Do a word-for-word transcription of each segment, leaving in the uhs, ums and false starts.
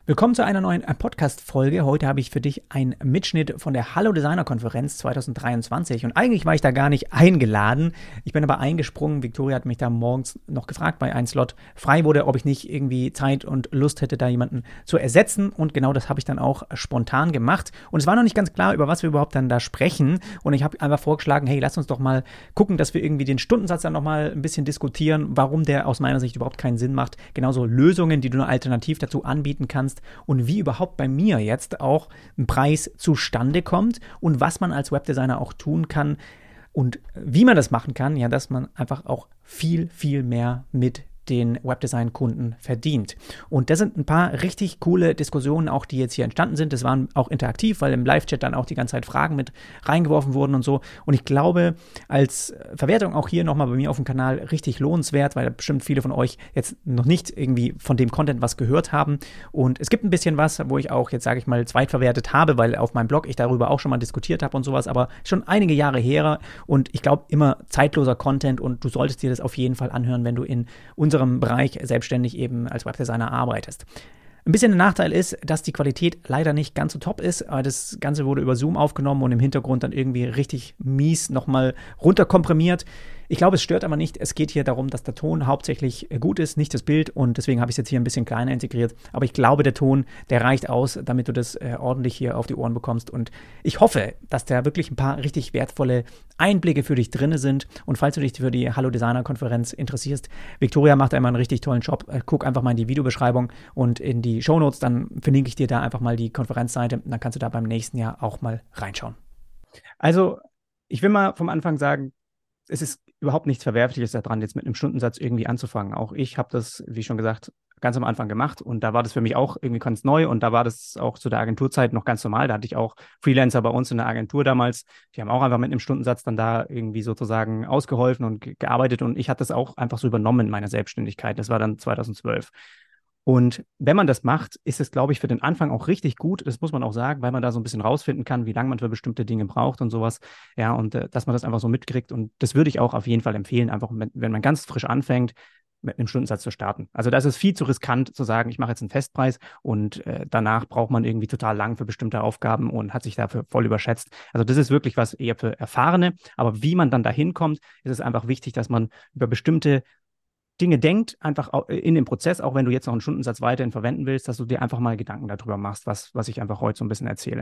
Willkommen zu einer neuen Podcast-Folge. Heute habe ich für dich einen Mitschnitt von der Hallo Designer Konferenz zwanzig dreiundzwanzig und eigentlich war ich da gar nicht eingeladen. Ich bin aber eingesprungen. Victoria hat mich da morgens noch gefragt, weil ein Slot frei wurde, ob ich nicht irgendwie Zeit und Lust hätte, da jemanden zu ersetzen und genau das habe ich dann auch spontan gemacht und es war noch nicht ganz klar, über was wir überhaupt dann da sprechen und ich habe einfach vorgeschlagen, hey, lass uns doch mal gucken, dass wir irgendwie den Stundensatz dann nochmal ein bisschen diskutieren, warum der aus meiner Sicht überhaupt keinen Sinn macht. Genauso Lösungen, die du nur alternativ dazu anbieten kannst, und wie überhaupt bei mir jetzt auch ein Preis zustande kommt und was man als Webdesigner auch tun kann und wie man das machen kann, ja, dass man einfach auch viel, viel mehr mit den Webdesign-Kunden verdient. Und das sind ein paar richtig coole Diskussionen auch, die jetzt hier entstanden sind. Das waren auch interaktiv, weil im Live-Chat dann auch die ganze Zeit Fragen mit reingeworfen wurden und so. Und ich glaube, als Verwertung auch hier nochmal bei mir auf dem Kanal richtig lohnenswert, weil bestimmt viele von euch jetzt noch nicht irgendwie von dem Content was gehört haben. Und es gibt ein bisschen was, wo ich auch jetzt, sage ich mal, zweitverwertet habe, weil auf meinem Blog ich darüber auch schon mal diskutiert habe und sowas, aber schon einige Jahre her. Und ich glaube, immer zeitloser Content und du solltest dir das auf jeden Fall anhören, wenn du in unserem Bereich selbstständig eben als Webdesigner arbeitest. Ein bisschen der Nachteil ist, dass die Qualität leider nicht ganz so top ist. Das Ganze wurde über Zoom aufgenommen und im Hintergrund dann irgendwie richtig mies nochmal runterkomprimiert. Ich glaube, es stört aber nicht. Es geht hier darum, dass der Ton hauptsächlich gut ist, nicht das Bild. Und deswegen habe ich es jetzt hier ein bisschen kleiner integriert. Aber ich glaube, der Ton, der reicht aus, damit du das äh, ordentlich hier auf die Ohren bekommst. Und ich hoffe, dass da wirklich ein paar richtig wertvolle Einblicke für dich drin sind. Und falls du dich für die Hallo Designer Konferenz interessierst, Victoria macht da immer einen richtig tollen Job. Äh, guck einfach mal in die Videobeschreibung und in die Shownotes. Dann verlinke ich dir da einfach mal die Konferenzseite. Dann kannst du da beim nächsten Jahr auch mal reinschauen. Also, ich will mal vom Anfang sagen, es ist überhaupt nichts Verwerfliches daran, jetzt mit einem Stundensatz irgendwie anzufangen. Auch ich habe das, wie schon gesagt, ganz am Anfang gemacht und da war das für mich auch irgendwie ganz neu und da war das auch zu der Agenturzeit noch ganz normal. Da hatte ich auch Freelancer bei uns in der Agentur damals, die haben auch einfach mit einem Stundensatz dann da irgendwie sozusagen ausgeholfen und ge- gearbeitet und ich hatte das auch einfach so übernommen in meiner Selbstständigkeit. Das war dann zweitausendzwölf. Und wenn man das macht, ist es, glaube ich, für den Anfang auch richtig gut. Das muss man auch sagen, weil man da so ein bisschen rausfinden kann, wie lange man für bestimmte Dinge braucht und sowas. Ja, und äh, dass man das einfach so mitkriegt. Und das würde ich auch auf jeden Fall empfehlen, einfach mit, wenn man ganz frisch anfängt, mit einem Stundensatz zu starten. Also das ist viel zu riskant zu sagen, ich mache jetzt einen Festpreis und äh, danach braucht man irgendwie total lang für bestimmte Aufgaben und hat sich dafür voll überschätzt. Also das ist wirklich was eher für Erfahrene. Aber wie man dann dahin kommt, ist es einfach wichtig, dass man über bestimmte Dinge denkt, einfach in dem Prozess, auch wenn du jetzt noch einen Stundensatz weiterhin verwenden willst, dass du dir einfach mal Gedanken darüber machst, was, was ich einfach heute so ein bisschen erzähle.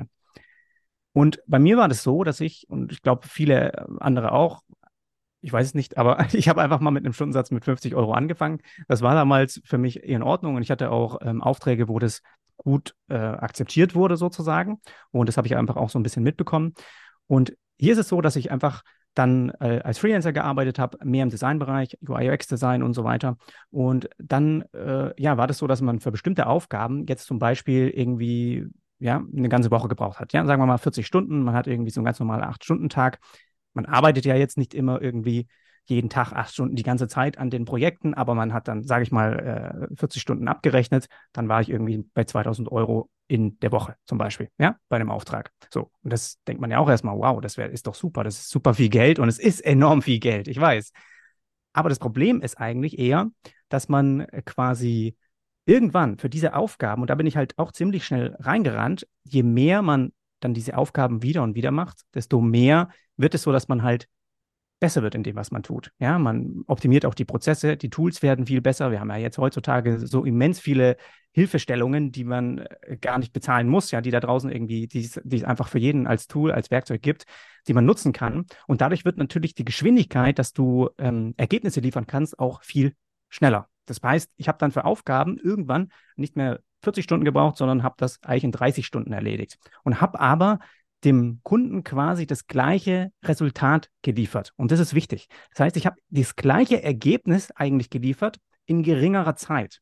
Und bei mir war das so, dass ich, und ich glaube viele andere auch, ich weiß es nicht, aber ich habe einfach mal mit einem Stundensatz mit fünfzig Euro angefangen. Das war damals für mich eher in Ordnung und ich hatte auch ähm, Aufträge, wo das gut äh, akzeptiert wurde sozusagen. Und das habe ich einfach auch so ein bisschen mitbekommen. Und hier ist es so, dass ich einfach dann äh, als Freelancer gearbeitet habe, mehr im Designbereich, U I U X-Design und so weiter. Und dann äh, ja, war das so, dass man für bestimmte Aufgaben jetzt zum Beispiel irgendwie ja, eine ganze Woche gebraucht hat. Ja, sagen wir mal vierzig Stunden, man hat irgendwie so einen ganz normalen acht-Stunden-Tag. Man arbeitet ja jetzt nicht immer irgendwie jeden Tag acht Stunden die ganze Zeit an den Projekten, aber man hat dann, sage ich mal, äh, vierzig Stunden abgerechnet. Dann war ich irgendwie bei zweitausend Euro in der Woche zum Beispiel, ja, bei einem Auftrag. So, und das denkt man ja auch erstmal, wow, das wär, ist doch super, das ist super viel Geld und es ist enorm viel Geld, ich weiß. Aber das Problem ist eigentlich eher, dass man äh, quasi irgendwann für diese Aufgaben, und da bin ich halt auch ziemlich schnell reingerannt, je mehr man dann diese Aufgaben wieder und wieder macht, desto mehr wird es so, dass man halt besser wird in dem, was man tut. Ja, man optimiert auch die Prozesse, die Tools werden viel besser. Wir haben ja jetzt heutzutage so immens viele Hilfestellungen, die man äh, gar nicht bezahlen muss, ja, die da draußen irgendwie, die es die es einfach für jeden als Tool, als Werkzeug gibt, die man nutzen kann. Und dadurch wird natürlich die Geschwindigkeit, dass du ähm, Ergebnisse liefern kannst, auch viel schneller. Das heißt, ich habe dann für Aufgaben irgendwann nicht mehr vierzig Stunden gebraucht, sondern habe das eigentlich in dreißig Stunden erledigt und habe aber dem Kunden quasi das gleiche Resultat geliefert. Und das ist wichtig. Das heißt, ich habe das gleiche Ergebnis eigentlich geliefert in geringerer Zeit.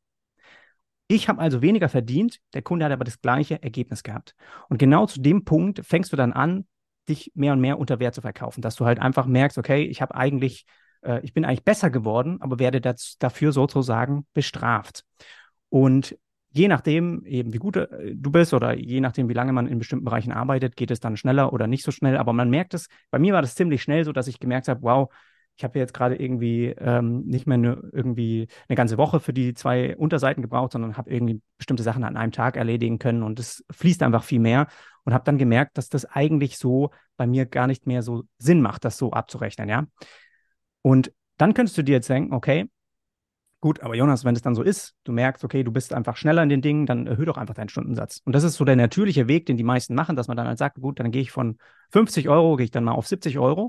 Ich habe also weniger verdient, der Kunde hat aber das gleiche Ergebnis gehabt. Und genau zu dem Punkt fängst du dann an, dich mehr und mehr unter Wert zu verkaufen, dass du halt einfach merkst, okay, ich habe eigentlich, äh, ich bin eigentlich besser geworden, aber werde das, dafür sozusagen bestraft. Und je nachdem, eben wie gut äh, du bist oder je nachdem, wie lange man in bestimmten Bereichen arbeitet, geht es dann schneller oder nicht so schnell. Aber man merkt es, bei mir war das ziemlich schnell so, dass ich gemerkt habe, wow, ich habe jetzt gerade irgendwie ähm, nicht mehr ne, irgendwie eine ganze Woche für die zwei Unterseiten gebraucht, sondern habe irgendwie bestimmte Sachen an einem Tag erledigen können und es fließt einfach viel mehr und habe dann gemerkt, dass das eigentlich so bei mir gar nicht mehr so Sinn macht, das so abzurechnen, ja. Und dann könntest du dir jetzt denken, okay, gut, aber Jonas, wenn es dann so ist, du merkst, okay, du bist einfach schneller in den Dingen, dann erhöh doch einfach deinen Stundensatz. Und das ist so der natürliche Weg, den die meisten machen, dass man dann halt sagt, gut, dann gehe ich von fünfzig Euro, gehe ich dann mal auf siebzig Euro.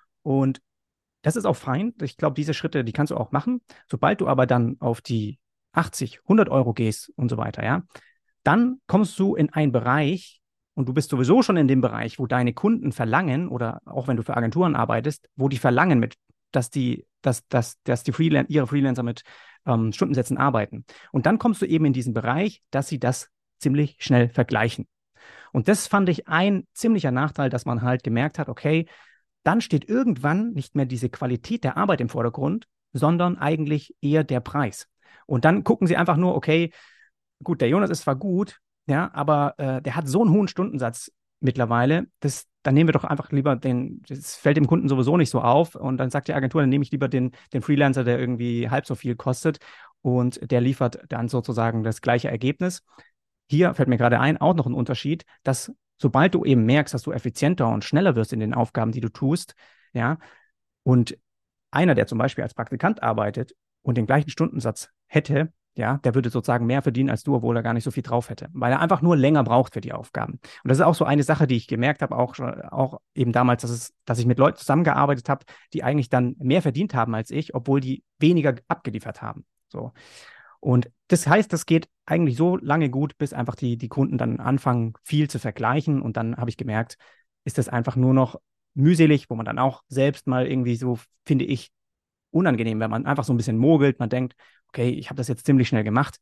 Und das ist auch fein. Ich glaube, diese Schritte, die kannst du auch machen. Sobald du aber dann auf die achtzig, hundert Euro gehst und so weiter, ja, dann kommst du in einen Bereich und du bist sowieso schon in dem Bereich, wo deine Kunden verlangen oder auch wenn du für Agenturen arbeitest, wo die verlangen mit, dass die, dass, dass, dass die Freelan ihre Freelancer mit ähm, Stundensätzen arbeiten. Und dann kommst du eben in diesen Bereich, dass sie das ziemlich schnell vergleichen. Und das fand ich ein ziemlicher Nachteil, dass man halt gemerkt hat, okay, dann steht irgendwann nicht mehr diese Qualität der Arbeit im Vordergrund, sondern eigentlich eher der Preis. Und dann gucken sie einfach nur, okay, gut, der Jonas ist zwar gut, ja, aber äh, der hat so einen hohen Stundensatz mittlerweile, das, dann nehmen wir doch einfach lieber den, das fällt dem Kunden sowieso nicht so auf und dann sagt die Agentur, dann nehme ich lieber den, den Freelancer, der irgendwie halb so viel kostet und der liefert dann sozusagen das gleiche Ergebnis. Hier fällt mir gerade ein, auch noch ein Unterschied, dass sobald du eben merkst, dass du effizienter und schneller wirst in den Aufgaben, die du tust, ja, und einer, der zum Beispiel als Praktikant arbeitet und den gleichen Stundensatz hätte, ja, der würde sozusagen mehr verdienen als du, obwohl er gar nicht so viel drauf hätte, weil er einfach nur länger braucht für die Aufgaben. Und das ist auch so eine Sache, die ich gemerkt habe, auch, auch eben damals, dass, es, dass ich mit Leuten zusammengearbeitet habe, die eigentlich dann mehr verdient haben als ich, obwohl die weniger abgeliefert haben. So. Und das heißt, das geht eigentlich so lange gut, bis einfach die, die Kunden dann anfangen, viel zu vergleichen. Und dann habe ich gemerkt, ist das einfach nur noch mühselig, wo man dann auch selbst mal irgendwie so, finde ich, unangenehm, wenn man einfach so ein bisschen mogelt. Man denkt, okay, ich habe das jetzt ziemlich schnell gemacht.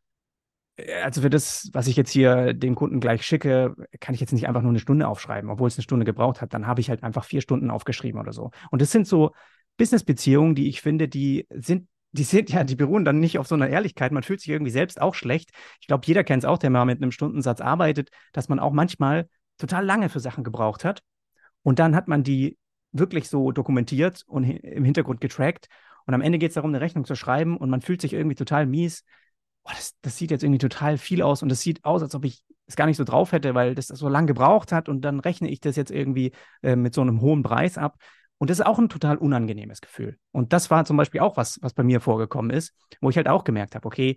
Äh, Also für das, was ich jetzt hier dem Kunden gleich schicke, kann ich jetzt nicht einfach nur eine Stunde aufschreiben, obwohl es eine Stunde gebraucht hat. Dann habe ich halt einfach vier Stunden aufgeschrieben oder so. Und das sind so Business-Beziehungen, die ich finde, die sind, die sind ja, die beruhen dann nicht auf so einer Ehrlichkeit. Man fühlt sich irgendwie selbst auch schlecht. Ich glaube, jeder kennt es auch, der mal mit einem Stundensatz arbeitet, dass man auch manchmal total lange für Sachen gebraucht hat. Und dann hat man die wirklich so dokumentiert und im Hintergrund getrackt. Und am Ende geht es darum, eine Rechnung zu schreiben und man fühlt sich irgendwie total mies. Boah, das, das sieht jetzt irgendwie total viel aus und das sieht aus, als ob ich es gar nicht so drauf hätte, weil das so lange gebraucht hat und dann rechne ich das jetzt irgendwie äh, mit so einem hohen Preis ab. Und das ist auch ein total unangenehmes Gefühl. Und das war zum Beispiel auch was, was bei mir vorgekommen ist, wo ich halt auch gemerkt habe, okay,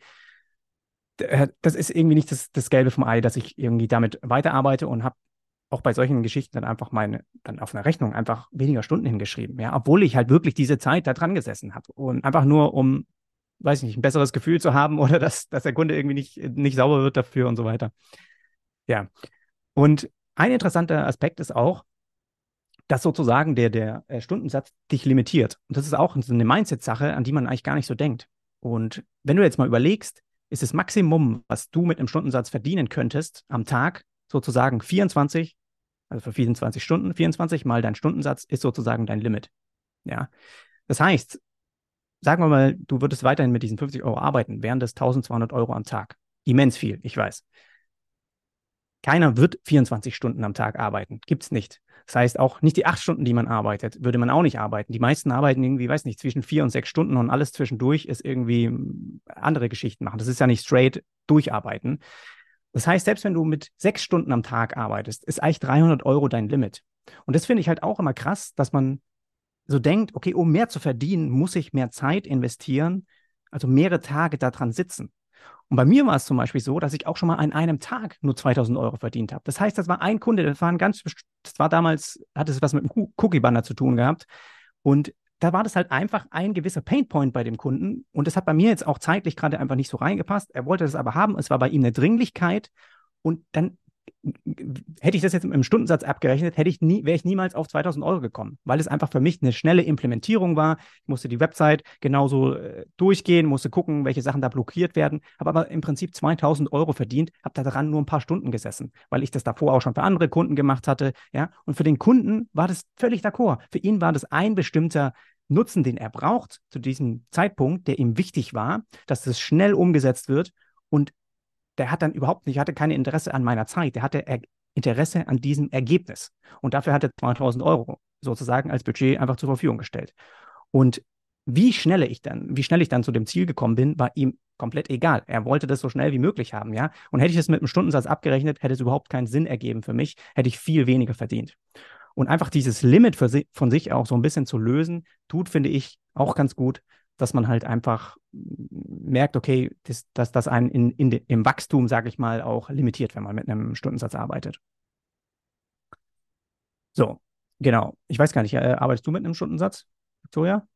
das ist irgendwie nicht das, das Gelbe vom Ei, dass ich irgendwie damit weiterarbeite und habe auch bei solchen Geschichten dann einfach meine, dann auf einer Rechnung einfach weniger Stunden hingeschrieben, ja, obwohl ich halt wirklich diese Zeit da dran gesessen habe und einfach nur, um, weiß ich nicht, ein besseres Gefühl zu haben oder dass, dass der Kunde irgendwie nicht, nicht sauber wird dafür und so weiter. Ja. Und ein interessanter Aspekt ist auch, dass sozusagen der, der äh, Stundensatz dich limitiert. Und das ist auch so eine Mindset-Sache, an die man eigentlich gar nicht so denkt. Und wenn du jetzt mal überlegst, ist das Maximum, was du mit einem Stundensatz verdienen könntest am Tag, sozusagen vierundzwanzig, also für vierundzwanzig Stunden, vierundzwanzig mal dein Stundensatz ist sozusagen dein Limit. Ja. Das heißt, sagen wir mal, du würdest weiterhin mit diesen fünfzig Euro arbeiten, wären das eintausendzweihundert Euro am Tag. Immens viel, ich weiß. Keiner wird vierundzwanzig Stunden am Tag arbeiten. Gibt's nicht. Das heißt, auch nicht die acht Stunden, die man arbeitet, würde man auch nicht arbeiten. Die meisten arbeiten irgendwie, weiß nicht, zwischen vier und sechs Stunden und alles zwischendurch ist irgendwie andere Geschichten machen. Das ist ja nicht straight durcharbeiten. Das heißt, selbst wenn du mit sechs Stunden am Tag arbeitest, ist eigentlich dreihundert Euro dein Limit. Und das finde ich halt auch immer krass, dass man so denkt, okay, um mehr zu verdienen, muss ich mehr Zeit investieren, also mehrere Tage daran sitzen. Und bei mir war es zum Beispiel so, dass ich auch schon mal an einem Tag nur zweitausend Euro verdient habe. Das heißt, das war ein Kunde, das war ein ganz, das war damals, hat es was mit dem Cookie-Banner zu tun gehabt. Und da war das halt einfach ein gewisser Painpoint bei dem Kunden. Und das hat bei mir jetzt auch zeitlich gerade einfach nicht so reingepasst. Er wollte das aber haben. Es war bei ihm eine Dringlichkeit. Und dann hätte ich das jetzt mit einem Stundensatz abgerechnet, hätte ich nie, wäre ich niemals auf zweitausend Euro gekommen, weil es einfach für mich eine schnelle Implementierung war. Ich musste die Website genauso äh, durchgehen, musste gucken, welche Sachen da blockiert werden, habe aber im Prinzip zweitausend Euro verdient, habe da dran nur ein paar Stunden gesessen, weil ich das davor auch schon für andere Kunden gemacht hatte. Ja? Und für den Kunden war das völlig d'accord. Für ihn war das ein bestimmter Nutzen, den er braucht zu diesem Zeitpunkt, der ihm wichtig war, dass das schnell umgesetzt wird und der hat dann überhaupt nicht, hatte kein Interesse an meiner Zeit, der hatte er Interesse an diesem Ergebnis. Und dafür hat er zweitausend Euro sozusagen als Budget einfach zur Verfügung gestellt. Und wie schnell ich dann, wie schnell ich dann zu dem Ziel gekommen bin, war ihm komplett egal. Er wollte das so schnell wie möglich haben, ja. Und hätte ich es mit einem Stundensatz abgerechnet, hätte es überhaupt keinen Sinn ergeben für mich, hätte ich viel weniger verdient. Und einfach dieses Limit für si von sich auch so ein bisschen zu lösen, tut, finde ich, auch ganz gut, dass man halt einfach merkt, okay, das, dass das einen in, in de, im Wachstum, sage ich mal, auch limitiert, wenn man mit einem Stundensatz arbeitet. So, genau. Ich weiß gar nicht, äh, arbeitest du mit einem Stundensatz, Victoria?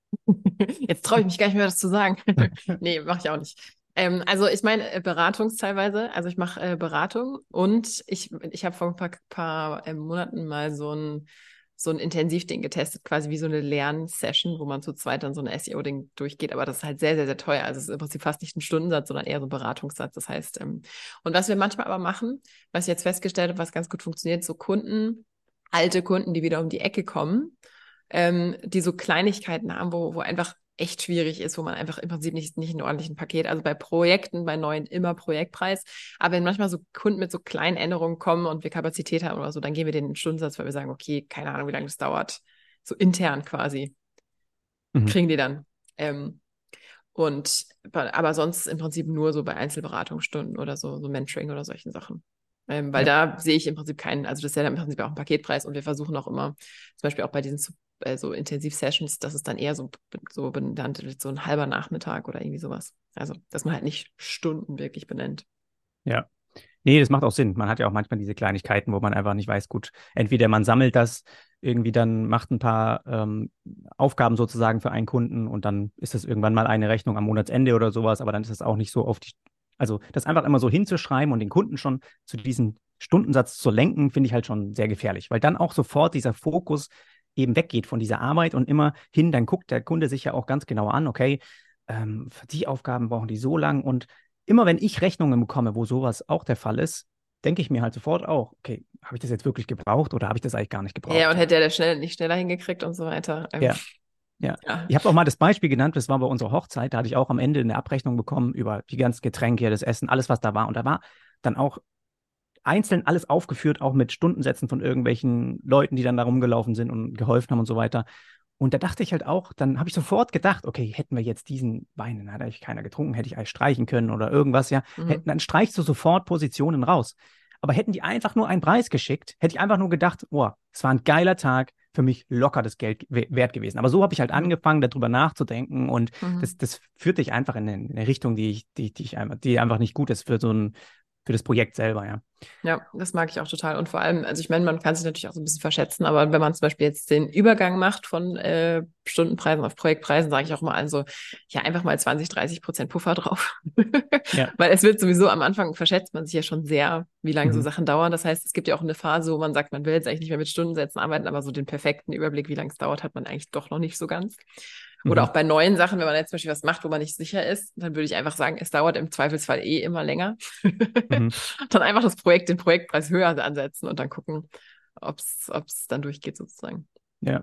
Jetzt traue ich mich gar nicht mehr, das zu sagen. Nee, mache ich auch nicht. Ähm, also ich meine äh, Beratungs teilweise. Also ich mache äh, Beratung und ich, ich habe vor ein paar, paar äh, Monaten mal so ein, so ein Intensivding getestet, quasi wie so eine Lernsession, wo man zu zweit dann so ein S E O-Ding durchgeht. Aber das ist halt sehr, sehr, sehr teuer. Also es ist im Prinzip fast nicht ein Stundensatz, sondern eher so ein Beratungssatz. Das heißt, ähm, und was wir manchmal aber machen, was ich jetzt festgestellt habe, was ganz gut funktioniert, so Kunden, alte Kunden, die wieder um die Ecke kommen, ähm, die so Kleinigkeiten haben, wo, wo einfach echt schwierig ist, wo man einfach im Prinzip nicht, nicht einen ordentlichen Paket, also bei Projekten, bei neuen immer Projektpreis, aber wenn manchmal so Kunden mit so kleinen Änderungen kommen und wir Kapazität haben oder so, dann gehen wir den Stundensatz, weil wir sagen, okay, keine Ahnung, wie lange das dauert, so intern quasi, Mhm. kriegen die dann. Ähm, und aber sonst im Prinzip nur so bei Einzelberatungsstunden oder so, so Mentoring oder solchen Sachen. Ähm, weil Ja. da sehe ich im Prinzip keinen, also das ist ja dann im Prinzip auch ein Paketpreis und wir versuchen auch immer, zum Beispiel auch bei diesen äh, so Intensiv-Sessions, dass es dann eher so, so benannt wird, so ein halber Nachmittag oder irgendwie sowas. Also, dass man halt nicht Stunden wirklich benennt. Ja. Nee, das macht auch Sinn. Man hat ja auch manchmal diese Kleinigkeiten, wo man einfach nicht weiß, gut, entweder man sammelt das irgendwie dann, macht ein paar ähm, Aufgaben sozusagen für einen Kunden und dann ist das irgendwann mal eine Rechnung am Monatsende oder sowas, aber dann ist es auch nicht so auf die, also das einfach immer so hinzuschreiben und den Kunden schon zu diesem Stundensatz zu lenken, finde ich halt schon sehr gefährlich, weil dann auch sofort dieser Fokus eben weggeht von dieser Arbeit und immer hin, dann guckt der Kunde sich ja auch ganz genau an, okay, ähm, für die Aufgaben brauchen die so lang und immer wenn ich Rechnungen bekomme, wo sowas auch der Fall ist, denke ich mir halt sofort auch, okay, habe ich das jetzt wirklich gebraucht oder habe ich das eigentlich gar nicht Ja, und gebraucht, ja. hätte er das schnell, nicht schneller hingekriegt und so weiter. Ähm, Ja, ja. ja. Ich habe auch mal das Beispiel genannt, das war bei unserer Hochzeit, da hatte ich auch am Ende eine Abrechnung bekommen über die ganzen Getränke, das Essen, alles, was da war. Und da war dann auch einzeln alles aufgeführt, auch mit Stundensätzen von irgendwelchen Leuten, die dann da rumgelaufen sind und geholfen haben und so weiter. Und da dachte ich halt auch, dann habe ich sofort gedacht, okay, hätten wir jetzt diesen Wein, den hat eigentlich keiner getrunken, hätte ich eigentlich streichen können oder irgendwas, ja. Mhm. Hätten, dann streichst du sofort Positionen raus. Aber hätten die einfach nur einen Preis geschickt, hätte ich einfach nur gedacht, oh, es war ein geiler Tag, für mich locker das Geld wert gewesen. Aber so habe ich halt Mhm. angefangen, darüber nachzudenken und das, Mhm. das führt dich einfach in eine, in eine Richtung, die ich, die, die ich einfach, die einfach nicht gut ist für so ein, für das Projekt selber, ja. Ja, das mag ich auch total. Und vor allem, also ich meine, man kann sich natürlich auch so ein bisschen verschätzen, aber wenn man zum Beispiel jetzt den Übergang macht von äh, Stundenpreisen auf Projektpreisen, sage ich auch mal also, ja, einfach mal zwanzig, dreißig Prozent Puffer drauf. Ja. Weil es wird sowieso am Anfang verschätzt man sich ja schon sehr, wie lange so Mhm. Sachen dauern. Das heißt, es gibt ja auch eine Phase, wo man sagt, man will jetzt eigentlich nicht mehr mit Stundensätzen arbeiten, aber so den perfekten Überblick, wie lange es dauert, hat man eigentlich doch noch nicht so ganz. Oder Mhm. auch bei neuen Sachen, wenn man jetzt zum Beispiel was macht, wo man nicht sicher ist, dann würde ich einfach sagen, es dauert im Zweifelsfall eh immer länger. Mhm. Dann einfach das Projekt, den Projektpreis höher ansetzen und dann gucken, ob es dann durchgeht sozusagen. Ja.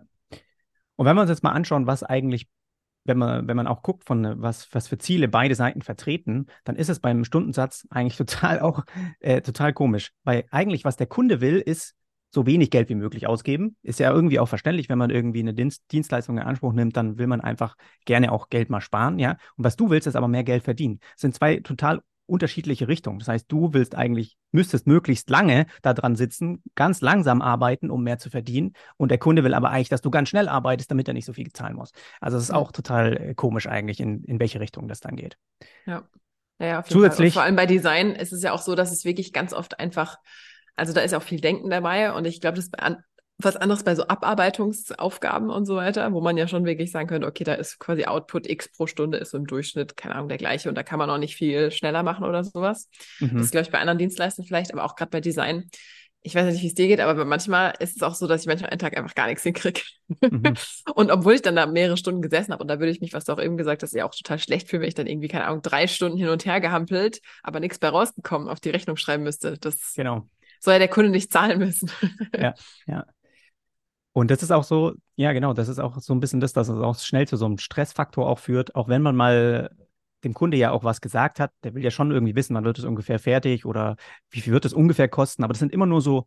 Und wenn wir uns jetzt mal anschauen, was eigentlich, wenn man, wenn man auch guckt, von äh, was, was für Ziele beide Seiten vertreten, dann ist es beim Stundensatz eigentlich total auch äh, total komisch. Weil eigentlich, was der Kunde will, ist so wenig Geld wie möglich ausgeben. Ist ja irgendwie auch verständlich, wenn man irgendwie eine Dienst Dienstleistung in Anspruch nimmt, dann will man einfach gerne auch Geld mal sparen, ja. Und was du willst, ist aber mehr Geld verdienen. Das sind zwei total unterschiedliche Richtungen. Das heißt, du willst eigentlich, müsstest möglichst lange da dran sitzen, ganz langsam arbeiten, um mehr zu verdienen. Und der Kunde will aber eigentlich, dass du ganz schnell arbeitest, damit er nicht so viel zahlen muss. Also es ist Ja, auch total äh, komisch eigentlich, in, in welche Richtung das dann geht. ja. Ja, ja, auf jeden Fall. Und vor Zusätzlich, allem bei Design ist es ja auch so, dass es wirklich ganz oft einfach, also da ist ja auch viel Denken dabei und ich glaube, das ist an, was anderes bei so Abarbeitungsaufgaben und so weiter, wo man ja schon wirklich sagen könnte, okay, da ist quasi Output X pro Stunde ist so im Durchschnitt, keine Ahnung, der gleiche und da kann man auch nicht viel schneller machen oder sowas. Das mhm, ist, glaube ich, bei anderen Dienstleistern vielleicht, aber auch gerade bei Design. Ich weiß nicht, wie es dir geht, aber manchmal ist es auch so, dass ich manchmal einen Tag einfach gar nichts hinkriege. mhm, Und obwohl ich dann da mehrere Stunden gesessen habe, und da würde ich mich, was du auch eben gesagt hast, ja auch total schlecht fühlen, wenn ich dann irgendwie, keine Ahnung, drei Stunden hin und her gehampelt, aber nichts bei rausgekommen, auf die Rechnung schreiben müsste. Das genau, soll ja der Kunde nicht zahlen müssen. ja, ja. Und das ist auch so, ja, genau, das ist auch so ein bisschen das, dass es auch schnell zu so einem Stressfaktor auch führt, auch wenn man mal dem Kunde ja auch was gesagt hat, der will ja schon irgendwie wissen, wann wird es ungefähr fertig oder wie viel wird es ungefähr kosten, aber das sind immer nur so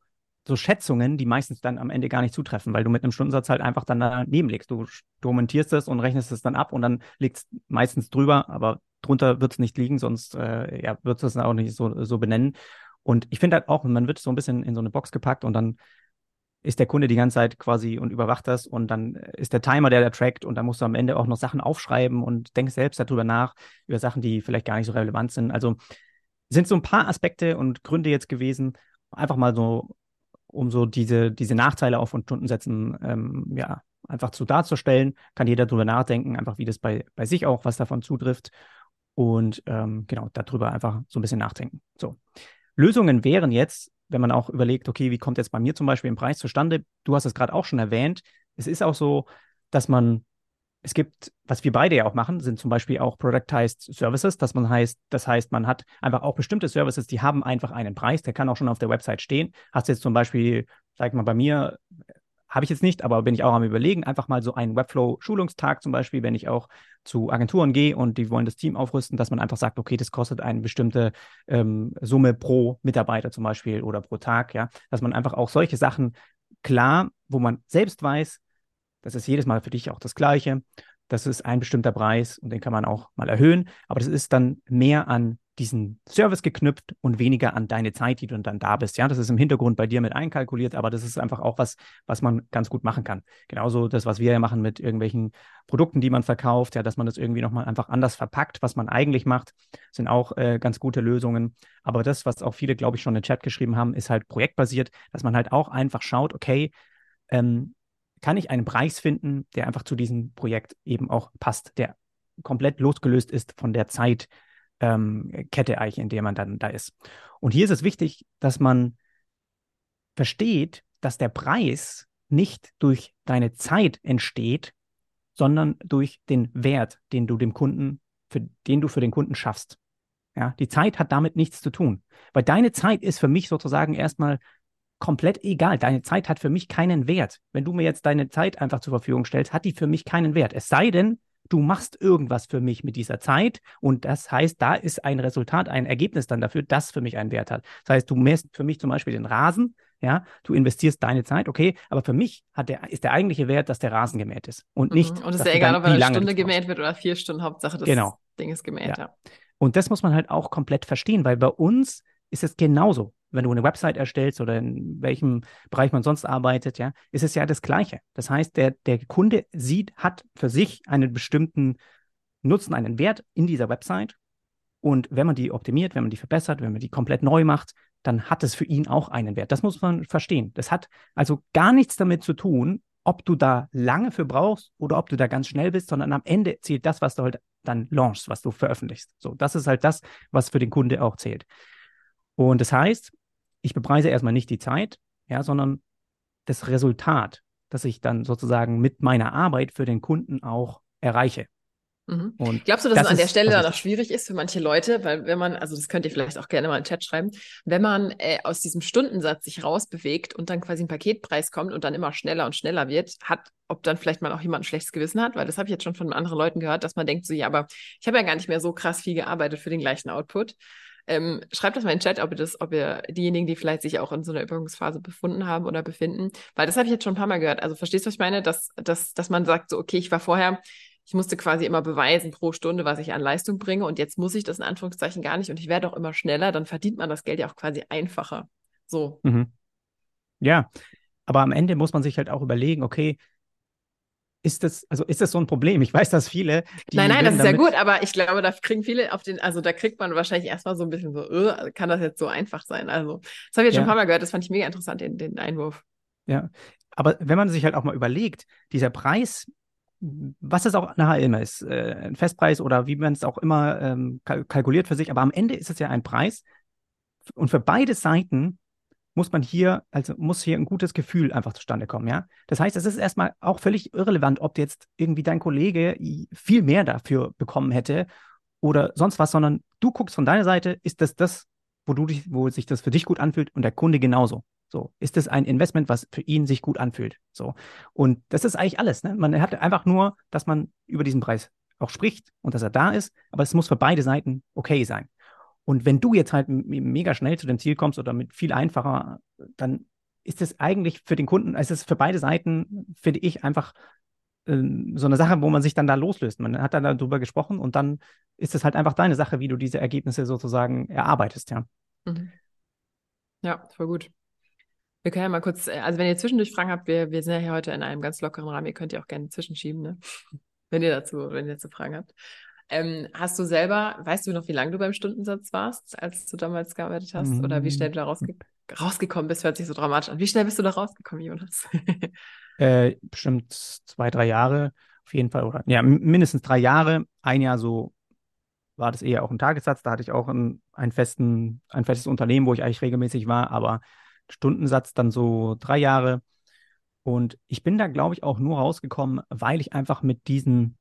so Schätzungen, die meistens dann am Ende gar nicht zutreffen, weil du mit einem Stundensatz halt einfach dann daneben legst. Du dokumentierst es und rechnest es dann ab und dann liegt es meistens drüber, aber drunter wird es nicht liegen, sonst äh, ja, wird es auch nicht so, so benennen. Und ich finde halt auch, man wird so ein bisschen in so eine Box gepackt und dann ist der Kunde die ganze Zeit quasi und überwacht das und dann ist der Timer, der da trackt und dann musst du am Ende auch noch Sachen aufschreiben und denkst selbst darüber nach, über Sachen, die vielleicht gar nicht so relevant sind. Also sind so ein paar Aspekte und Gründe jetzt gewesen, einfach mal so, um so diese, diese Nachteile auch von Stundensätzen ähm, ja, einfach zu darzustellen, kann jeder darüber nachdenken, einfach wie das bei, bei sich auch, was davon zutrifft und ähm, genau, darüber einfach so ein bisschen nachdenken. So. Lösungen wären jetzt, wenn man auch überlegt, okay, wie kommt jetzt bei mir zum Beispiel ein Preis zustande? Du hast es gerade auch schon erwähnt. Es ist auch so, dass man, es gibt, was wir beide ja auch machen, sind zum Beispiel auch Productized Services, dass man heißt, das heißt, man hat einfach auch bestimmte Services, die haben einfach einen Preis, der kann auch schon auf der Website stehen. Hast du jetzt zum Beispiel, sag mal, bei mir habe ich jetzt nicht, aber bin ich auch am Überlegen, einfach mal so einen Webflow-Schulungstag zum Beispiel, wenn ich auch zu Agenturen gehe und die wollen das Team aufrüsten, dass man einfach sagt, okay, das kostet eine bestimmte ähm, Summe pro Mitarbeiter zum Beispiel oder pro Tag, ja, dass man einfach auch solche Sachen klar, wo man selbst weiß, das ist jedes Mal für dich auch das Gleiche, das ist ein bestimmter Preis und den kann man auch mal erhöhen, aber das ist dann mehr an diesen Service geknüpft und weniger an deine Zeit, die du dann da bist. Ja, das ist im Hintergrund bei dir mit einkalkuliert, aber das ist einfach auch was, was man ganz gut machen kann. Genauso das, was wir ja machen mit irgendwelchen Produkten, die man verkauft, ja, dass man das irgendwie nochmal einfach anders verpackt, was man eigentlich macht, sind auch äh, ganz gute Lösungen. Aber das, was auch viele, glaube ich, schon in den Chat geschrieben haben, ist halt projektbasiert, dass man halt auch einfach schaut, okay, ähm, kann ich einen Preis finden, der einfach zu diesem Projekt eben auch passt, der komplett losgelöst ist von der Zeit, ähm, Kette eigentlich, in der man dann da ist. Und hier ist es wichtig, dass man versteht, dass der Preis nicht durch deine Zeit entsteht, sondern durch den Wert, den du dem Kunden, für den du für den Kunden schaffst. Ja, die Zeit hat damit nichts zu tun, weil deine Zeit ist für mich sozusagen erstmal komplett egal. Deine Zeit hat für mich keinen Wert. Wenn du mir jetzt deine Zeit einfach zur Verfügung stellst, hat die für mich keinen Wert. Es sei denn, du machst irgendwas für mich mit dieser Zeit und das heißt, da ist ein Resultat, ein Ergebnis dann dafür, das für mich einen Wert hat. Das heißt, du mähst für mich zum Beispiel den Rasen, ja, du investierst deine Zeit, okay, aber für mich hat der, ist der eigentliche Wert, dass der Rasen gemäht ist und nicht, Mhm. Und es ist dass ja du egal, dann, ob er wie eine lange Stunde du brauchst. gemäht wird oder vier Stunden, Hauptsache das Genau. Ding ist gemäht, Ja. ja. Und das muss man halt auch komplett verstehen, weil bei uns ist es genauso. Wenn du eine Website erstellst oder in welchem Bereich man sonst arbeitet, ja, ist es ja das Gleiche. Das heißt, der, der Kunde sieht, hat für sich einen bestimmten Nutzen, einen Wert in dieser Website. Und wenn man die optimiert, wenn man die verbessert, wenn man die komplett neu macht, dann hat es für ihn auch einen Wert. Das muss man verstehen. Das hat also gar nichts damit zu tun, ob du da lange für brauchst oder ob du da ganz schnell bist, sondern am Ende zählt das, was du halt dann launchst, was du veröffentlichst. So, das ist halt das, was für den Kunde auch zählt. Und das heißt, ich bepreise erstmal nicht die Zeit, ja, sondern das Resultat, das ich dann sozusagen mit meiner Arbeit für den Kunden auch erreiche. Mhm. Und Glaubst du, dass es das an der ist Stelle das dann auch Wichtige. schwierig ist für manche Leute, weil wenn man, also das könnt ihr vielleicht auch gerne mal in den Chat schreiben, wenn man äh, aus diesem Stundensatz sich rausbewegt und dann quasi ein Paketpreis kommt und dann immer schneller und schneller wird, hat, ob dann vielleicht mal auch jemand ein schlechtes Gewissen hat, weil das habe ich jetzt schon von anderen Leuten gehört, dass man denkt so, ja, aber ich habe ja gar nicht mehr so krass viel gearbeitet für den gleichen Output. Ähm, schreibt das mal in den Chat, ob ihr das, ob ihr diejenigen, die vielleicht sich auch in so einer Übungsphase befunden haben oder befinden, weil das habe ich jetzt schon ein paar Mal gehört. Also verstehst du, was ich meine? Dass, dass, dass man sagt so, okay, ich war vorher, ich musste quasi immer beweisen pro Stunde, was ich an Leistung bringe und jetzt muss ich das in Anführungszeichen gar nicht und ich werde auch immer schneller, dann verdient man das Geld ja auch quasi einfacher. So. Mhm. Ja, aber am Ende muss man sich halt auch überlegen, okay, ist das, also ist das so ein Problem? Ich weiß, dass viele, Nein, die nein, das werden ist ja gut, damit, aber ich glaube, da kriegen viele auf den, also da kriegt man wahrscheinlich erstmal so ein bisschen so, äh, kann das jetzt so einfach sein? Also, das habe ich jetzt schon ein ja, paar Mal gehört, das fand ich mega interessant, den, den Einwurf. ja. Aber wenn man sich halt auch mal überlegt, dieser Preis, was es auch nachher immer ist, äh, ein Festpreis oder wie man es auch immer ähm, kalk kalkuliert für sich, aber am Ende ist es ja ein Preis und für beide Seiten muss man hier, also muss hier ein gutes Gefühl einfach zustande kommen, ja. Das heißt, es ist erstmal auch völlig irrelevant, ob jetzt irgendwie dein Kollege viel mehr dafür bekommen hätte oder sonst was, sondern du guckst von deiner Seite, ist das das, wo du dich, wo sich das für dich gut anfühlt und der Kunde genauso. So, ist das ein Investment, was für ihn sich gut anfühlt? So. Und das ist eigentlich alles, ne? Man hat einfach nur, dass man über diesen Preis auch spricht und dass er da ist, aber es muss für beide Seiten okay sein. Und wenn du jetzt halt mega schnell zu dem Ziel kommst oder mit viel einfacher, dann ist es eigentlich für den Kunden, es ist für beide Seiten, finde ich, einfach äh, so eine Sache, wo man sich dann da loslöst. Man hat dann darüber gesprochen und dann ist es halt einfach deine Sache, wie du diese Ergebnisse sozusagen erarbeitest, ja. Mhm. Ja, voll gut. Wir können ja mal kurz, äh, also wenn ihr zwischendurch Fragen habt, wir, wir sind ja hier heute in einem ganz lockeren Rahmen, ihr könnt ja auch gerne zwischenschieben, ne? Wenn ihr dazu, wenn ihr dazu Fragen habt. Ähm, hast du selber, weißt du noch, wie lange du beim Stundensatz warst, als du damals gearbeitet hast? Oder wie schnell Mhm. du da rausge rausgekommen bist? Hört sich so dramatisch an. Wie schnell bist du da rausgekommen, Jonas? Äh, bestimmt zwei, drei Jahre auf jeden Fall, oder ja, m- mindestens drei Jahre. Ein Jahr so war das eher auch ein Tagessatz. Da hatte ich auch ein, einen festen, ein festes Unternehmen, wo ich eigentlich regelmäßig war, aber Stundensatz dann so drei Jahre. Und ich bin da, glaube ich, auch nur rausgekommen, weil ich einfach mit diesen,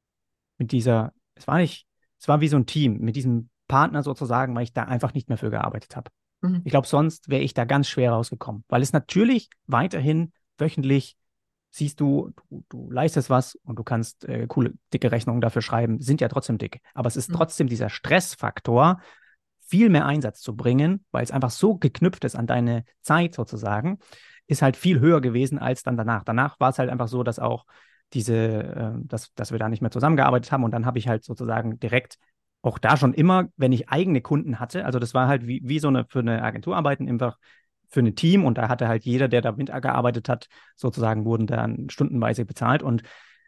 mit dieser, es war nicht, es war wie so ein Team, mit diesem Partner sozusagen, weil ich da einfach nicht mehr für gearbeitet habe. Mhm. Ich glaube, sonst wäre ich da ganz schwer rausgekommen, weil es natürlich weiterhin wöchentlich siehst du, du, du leistest was und du kannst äh, coole, dicke Rechnungen dafür schreiben, sind ja trotzdem dick. Aber es ist Mhm. trotzdem dieser Stressfaktor, viel mehr Einsatz zu bringen, weil es einfach so geknüpft ist an deine Zeit sozusagen, ist halt viel höher gewesen als dann danach. Danach war es halt einfach so, dass auch diese, äh, dass, dass wir da nicht mehr zusammengearbeitet haben und dann habe ich halt sozusagen direkt auch da schon immer, wenn ich eigene Kunden hatte, also das war halt wie, wie so eine für eine Agentur arbeiten, einfach für ein Team und da hatte halt jeder, der da mitgearbeitet hat, sozusagen wurden dann stundenweise bezahlt und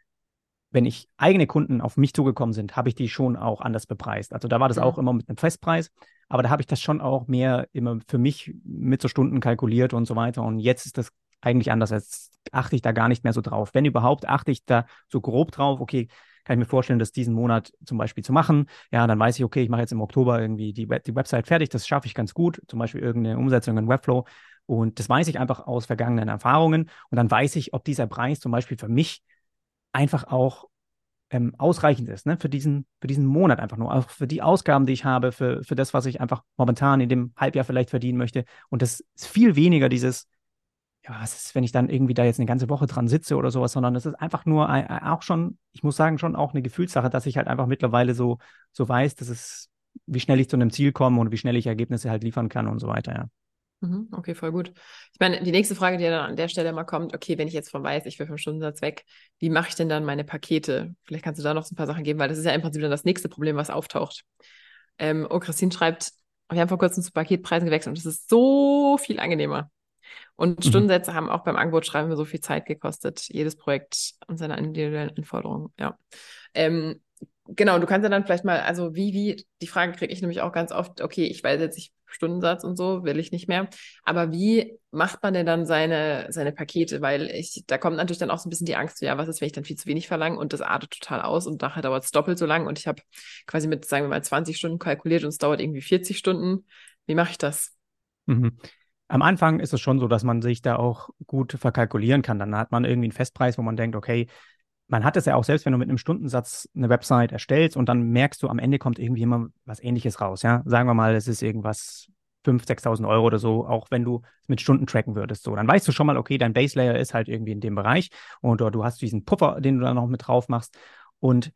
wenn ich eigene Kunden auf mich zugekommen sind, habe ich die schon auch anders bepreist. Also da war das auch Mhm. immer mit einem Festpreis, aber da habe ich das schon auch mehr immer für mich mit so Stunden kalkuliert und so weiter. Und jetzt ist das eigentlich anders. Jetzt achte ich da gar nicht mehr so drauf. Wenn überhaupt, achte ich da so grob drauf, okay, kann ich mir vorstellen, das diesen Monat zum Beispiel zu machen. Ja, dann weiß ich, okay, ich mache jetzt im Oktober irgendwie die, Web die Website fertig, das schaffe ich ganz gut, zum Beispiel irgendeine Umsetzung in Webflow. Und das weiß ich einfach aus vergangenen Erfahrungen. Und dann weiß ich, ob dieser Preis zum Beispiel für mich einfach auch ähm, ausreichend ist, ne? Für diesen, für diesen Monat einfach nur, auch für die Ausgaben, die ich habe, für, für das, was ich einfach momentan in dem Halbjahr vielleicht verdienen möchte. Und das ist viel weniger dieses, ja, was ist, wenn ich dann irgendwie da jetzt eine ganze Woche dran sitze oder sowas, sondern es ist einfach nur ein, auch schon, ich muss sagen, schon auch eine Gefühlssache, dass ich halt einfach mittlerweile so, so weiß, dass es, wie schnell ich zu einem Ziel komme und wie schnell ich Ergebnisse halt liefern kann und so weiter, ja. Mhm. Okay, voll gut. Ich meine, die nächste Frage, die ja dann an der Stelle mal kommt, okay, wenn ich jetzt von weiß, ich will vom Stundensatz weg, wie mache ich denn dann meine Pakete? Vielleicht kannst du da noch so ein paar Sachen geben, weil das ist ja im Prinzip dann das nächste Problem, was auftaucht. Ähm, oh, Christine schreibt, wir haben vor kurzem zu Paketpreisen gewechselt und es ist so viel angenehmer. Und Mhm. Stundensätze haben auch beim Angebot schreiben so viel Zeit gekostet, jedes Projekt und seine individuellen Anforderungen, ja. Ähm, genau, du kannst ja dann vielleicht mal, also wie, wie, die Frage kriege ich nämlich auch ganz oft, okay, ich weiß jetzt nicht Stundensatz und so, will ich nicht mehr, aber wie macht man denn dann seine, seine Pakete? Weil ich, da kommt natürlich dann auch so ein bisschen die Angst, so, ja, was ist, wenn ich dann viel zu wenig verlange und das artet total aus und nachher dauert es doppelt so lang und ich habe quasi mit, sagen wir mal, zwanzig Stunden kalkuliert und es dauert irgendwie vierzig Stunden. Wie mache ich das? Mhm. Am Anfang ist es schon so, dass man sich da auch gut verkalkulieren kann. Dann hat man irgendwie einen Festpreis, wo man denkt, okay, man hat es ja auch selbst, wenn du mit einem Stundensatz eine Website erstellst und dann merkst du, am Ende kommt irgendwie immer was Ähnliches raus, ja. Sagen wir mal, es ist irgendwas fünftausend, sechstausend Euro oder so, auch wenn du es mit Stunden tracken würdest, so. Dann weißt du schon mal, okay, dein Base Layer ist halt irgendwie in dem Bereich und oder du hast diesen Puffer, den du da noch mit drauf machst. Und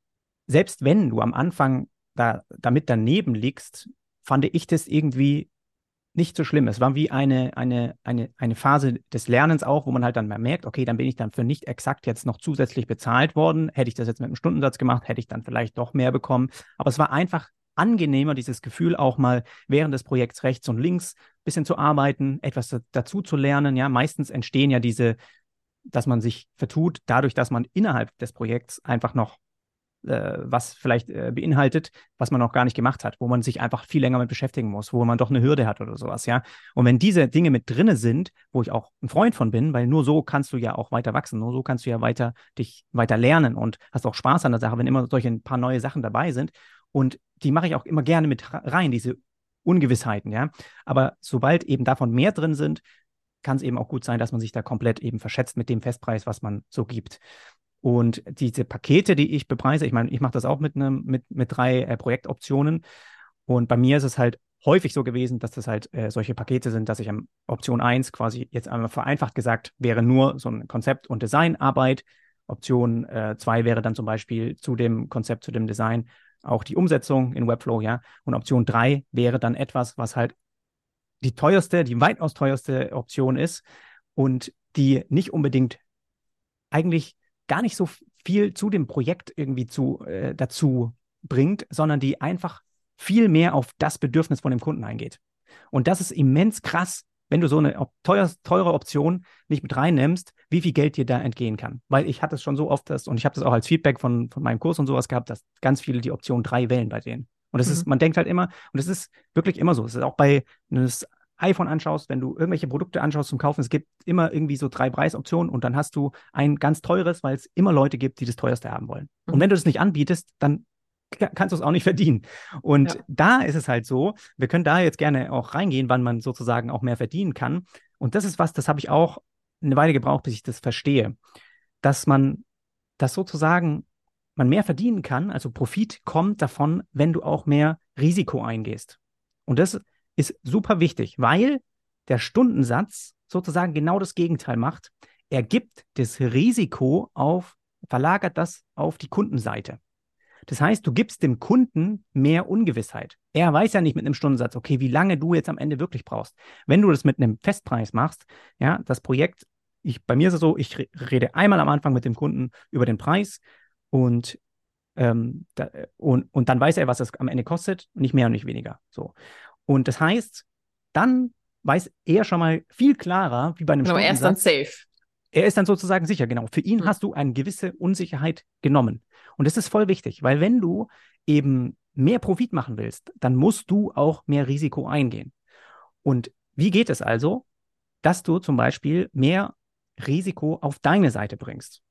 selbst wenn du am Anfang da, damit daneben liegst, fand ich das irgendwie nicht so schlimm. Es war wie eine, eine, eine, eine Phase des Lernens auch, wo man halt dann mal merkt, okay, dann bin ich dann für nicht exakt jetzt noch zusätzlich bezahlt worden. Hätte ich das jetzt mit einem Stundensatz gemacht, hätte ich dann vielleicht doch mehr bekommen. Aber es war einfach angenehmer, dieses Gefühl auch mal während des Projekts rechts und links ein bisschen zu arbeiten, etwas da, dazu zu lernen. Ja, meistens entstehen ja diese, dass man sich vertut, dadurch, dass man innerhalb des Projekts einfach noch äh, was vielleicht äh, beinhaltet, was man noch gar nicht gemacht hat, wo man sich einfach viel länger mit beschäftigen muss, wo man doch eine Hürde hat oder sowas, ja. Und wenn diese Dinge mit drinne sind, wo ich auch ein Freund von bin, weil nur so kannst du ja auch weiter wachsen, nur so kannst du ja weiter dich weiter lernen und hast auch Spaß an der Sache, wenn immer solche ein paar neue Sachen dabei sind. Und die mache ich auch immer gerne mit rein, diese Ungewissheiten, ja. Aber sobald eben davon mehr drin sind, kann es eben auch gut sein, dass man sich da komplett eben verschätzt mit dem Festpreis, was man so gibt. Und diese Pakete, die ich bepreise, ich meine, ich mache das auch mit, einem, mit, mit drei äh, Projektoptionen. Und bei mir ist es halt häufig so gewesen, dass das halt äh, solche Pakete sind, dass ich am Option eins quasi jetzt einmal vereinfacht gesagt wäre nur so ein Konzept- und Designarbeit. Option äh, zwei wäre dann zum Beispiel zu dem Konzept, zu dem Design auch die Umsetzung in Webflow, ja. Und Option drei wäre dann etwas, was halt die teuerste, die weitaus teuerste Option ist und die nicht unbedingt eigentlich gar nicht so viel zu dem Projekt irgendwie zu, äh, dazu bringt, sondern die einfach viel mehr auf das Bedürfnis von dem Kunden eingeht. Und das ist immens krass, wenn du so eine teuer, teure Option nicht mit reinnimmst, wie viel Geld dir da entgehen kann. Weil ich hatte es schon so oft, dass, und ich habe das auch als Feedback von, von meinem Kurs und sowas gehabt, dass ganz viele die Option drei wählen bei denen. Und das ist, Mhm. man denkt halt immer, und das ist wirklich immer so. Es ist auch bei eines iPhone anschaust, wenn du irgendwelche Produkte anschaust zum Kaufen, es gibt immer irgendwie so drei Preisoptionen und dann hast du ein ganz teures, weil es immer Leute gibt, die das teuerste haben wollen. Und Mhm. wenn du das nicht anbietest, dann kannst du es auch nicht verdienen. Und Ja. da ist es halt so, wir können da jetzt gerne auch reingehen, wann man sozusagen auch mehr verdienen kann. Und das ist was, das habe ich auch eine Weile gebraucht, bis ich das verstehe, dass man das sozusagen, man mehr verdienen kann, also Profit kommt davon, wenn du auch mehr Risiko eingehst. Und das ist super wichtig, weil der Stundensatz sozusagen genau das Gegenteil macht. Er gibt das Risiko auf, verlagert das auf die Kundenseite. Das heißt, du gibst dem Kunden mehr Ungewissheit. Er weiß ja nicht mit einem Stundensatz, okay, wie lange du jetzt am Ende wirklich brauchst. Wenn du das mit einem Festpreis machst, ja, das Projekt, ich, bei mir ist es so, ich rede einmal am Anfang mit dem Kunden über den Preis und, ähm, da, und, und dann weiß er, was es am Ende kostet, nicht mehr und nicht weniger. So. Und das heißt, dann weiß er schon mal viel klarer, wie bei einem Genau, er ist dann Stundensatz, safe. er ist dann sozusagen sicher, genau. Für ihn Mhm. hast du eine gewisse Unsicherheit genommen. Und das ist voll wichtig, weil wenn du eben mehr Profit machen willst, dann musst du auch mehr Risiko eingehen. Und wie geht es also, dass du zum Beispiel mehr Risiko auf deine Seite bringst?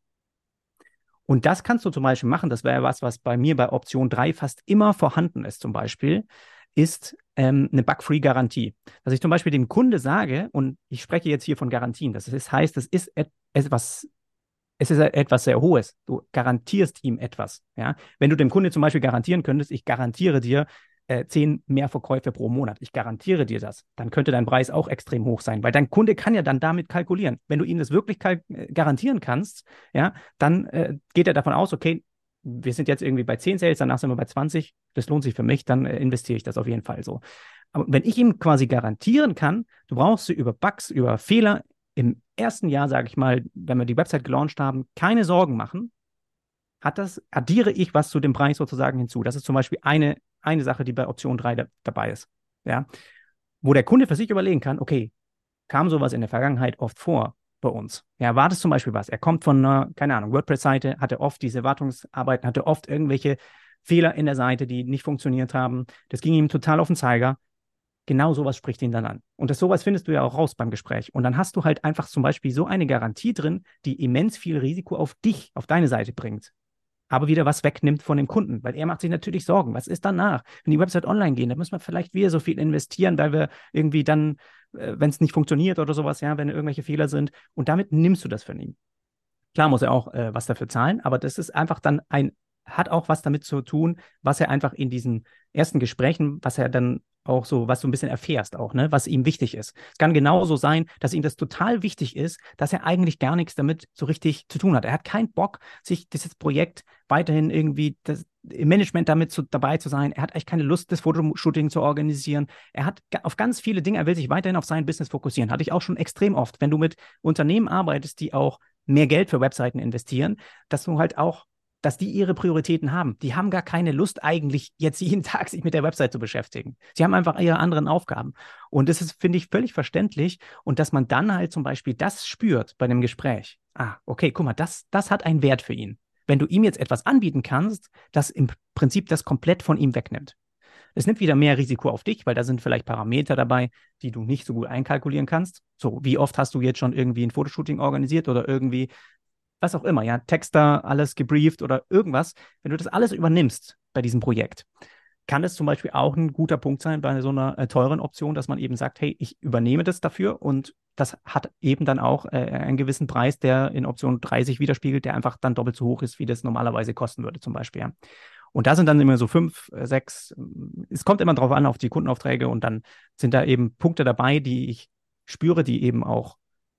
Und das kannst du zum Beispiel machen, das wäre was, was bei mir bei Option drei fast immer vorhanden ist zum Beispiel, ist ähm, eine Bug-Free-Garantie. Dass ich zum Beispiel dem Kunde sage, und ich spreche jetzt hier von Garantien, das ist, heißt, es ist etwas, es ist etwas sehr Hohes. Du garantierst ihm etwas. Ja? Wenn du dem Kunde zum Beispiel garantieren könntest, ich garantiere dir äh, zehn mehr Verkäufe pro Monat, ich garantiere dir das, dann könnte dein Preis auch extrem hoch sein, weil dein Kunde kann ja dann damit kalkulieren. Wenn du ihm das wirklich garantieren kannst, ja, dann äh, geht er davon aus, okay, wir sind jetzt irgendwie bei zehn Sales, danach sind wir bei zwanzig, das lohnt sich für mich, dann äh, investiere ich das auf jeden Fall so. Aber wenn ich ihm quasi garantieren kann, du brauchst sie über Bugs, über Fehler im ersten Jahr, sage ich mal, wenn wir die Website gelauncht haben, keine Sorgen machen, hat das, addiere ich was zu dem Preis sozusagen hinzu. Das ist zum Beispiel eine, eine Sache, die bei Option drei da, dabei ist. Ja? Wo der Kunde für sich überlegen kann, okay, kam sowas in der Vergangenheit oft vor bei uns? Ja, war das zum Beispiel was? Er kommt von einer, keine Ahnung, WordPress-Seite, hatte oft diese Wartungsarbeiten, hatte oft irgendwelche Fehler in der Seite, die nicht funktioniert haben. Das ging ihm total auf den Zeiger. Genau sowas spricht ihn dann an. Und das sowas findest du ja auch raus beim Gespräch. Und dann hast du halt einfach zum Beispiel so eine Garantie drin, die immens viel Risiko auf dich, auf deine Seite bringt, aber wieder was wegnimmt von dem Kunden, weil er macht sich natürlich Sorgen. Was ist danach? Wenn die Website online gehen, dann müssen wir vielleicht wieder so viel investieren, weil wir irgendwie dann, äh, wenn es nicht funktioniert oder sowas, ja, wenn irgendwelche Fehler sind. Und damit nimmst du das von ihm. Klar muss er auch äh, was dafür zahlen, aber das ist einfach dann ein, hat auch was damit zu tun, was er einfach in diesen ersten Gesprächen, was er dann auch so, was du ein bisschen erfährst auch, ne, was ihm wichtig ist. Es kann genauso sein, dass ihm das total wichtig ist, dass er eigentlich gar nichts damit so richtig zu tun hat. Er hat keinen Bock, sich dieses Projekt weiterhin irgendwie das, im Management damit zu, dabei zu sein. Er hat eigentlich keine Lust, das Fotoshooting zu organisieren. Er hat auf ganz viele Dinge, er will sich weiterhin auf sein Business fokussieren. Hatte ich auch schon extrem oft. Wenn du mit Unternehmen arbeitest, die auch mehr Geld für Webseiten investieren, dass du halt auch, dass die ihre Prioritäten haben. Die haben gar keine Lust eigentlich jetzt jeden Tag sich mit der Website zu beschäftigen. Sie haben einfach ihre anderen Aufgaben. Und das ist, finde ich, völlig verständlich. Und dass man dann halt zum Beispiel das spürt bei einem Gespräch. Ah, okay, guck mal, das, das hat einen Wert für ihn. Wenn du ihm jetzt etwas anbieten kannst, das im Prinzip das komplett von ihm wegnimmt. Es nimmt wieder mehr Risiko auf dich, weil da sind vielleicht Parameter dabei, die du nicht so gut einkalkulieren kannst. So, wie oft hast du jetzt schon irgendwie ein Fotoshooting organisiert oder irgendwie, was auch immer, ja, Texter, alles gebrieft oder irgendwas. Wenn du das alles übernimmst bei diesem Projekt, kann es zum Beispiel auch ein guter Punkt sein bei so einer äh, teuren Option, dass man eben sagt, hey, ich übernehme das dafür und das hat eben dann auch äh, einen gewissen Preis, der in Option dreißig widerspiegelt, der einfach dann doppelt so hoch ist, wie das normalerweise kosten würde zum Beispiel. Ja. Und da sind dann immer so fünf, äh, sechs, es kommt immer drauf an, auf die Kundenaufträge und dann sind da eben Punkte dabei, die ich spüre, die eben auch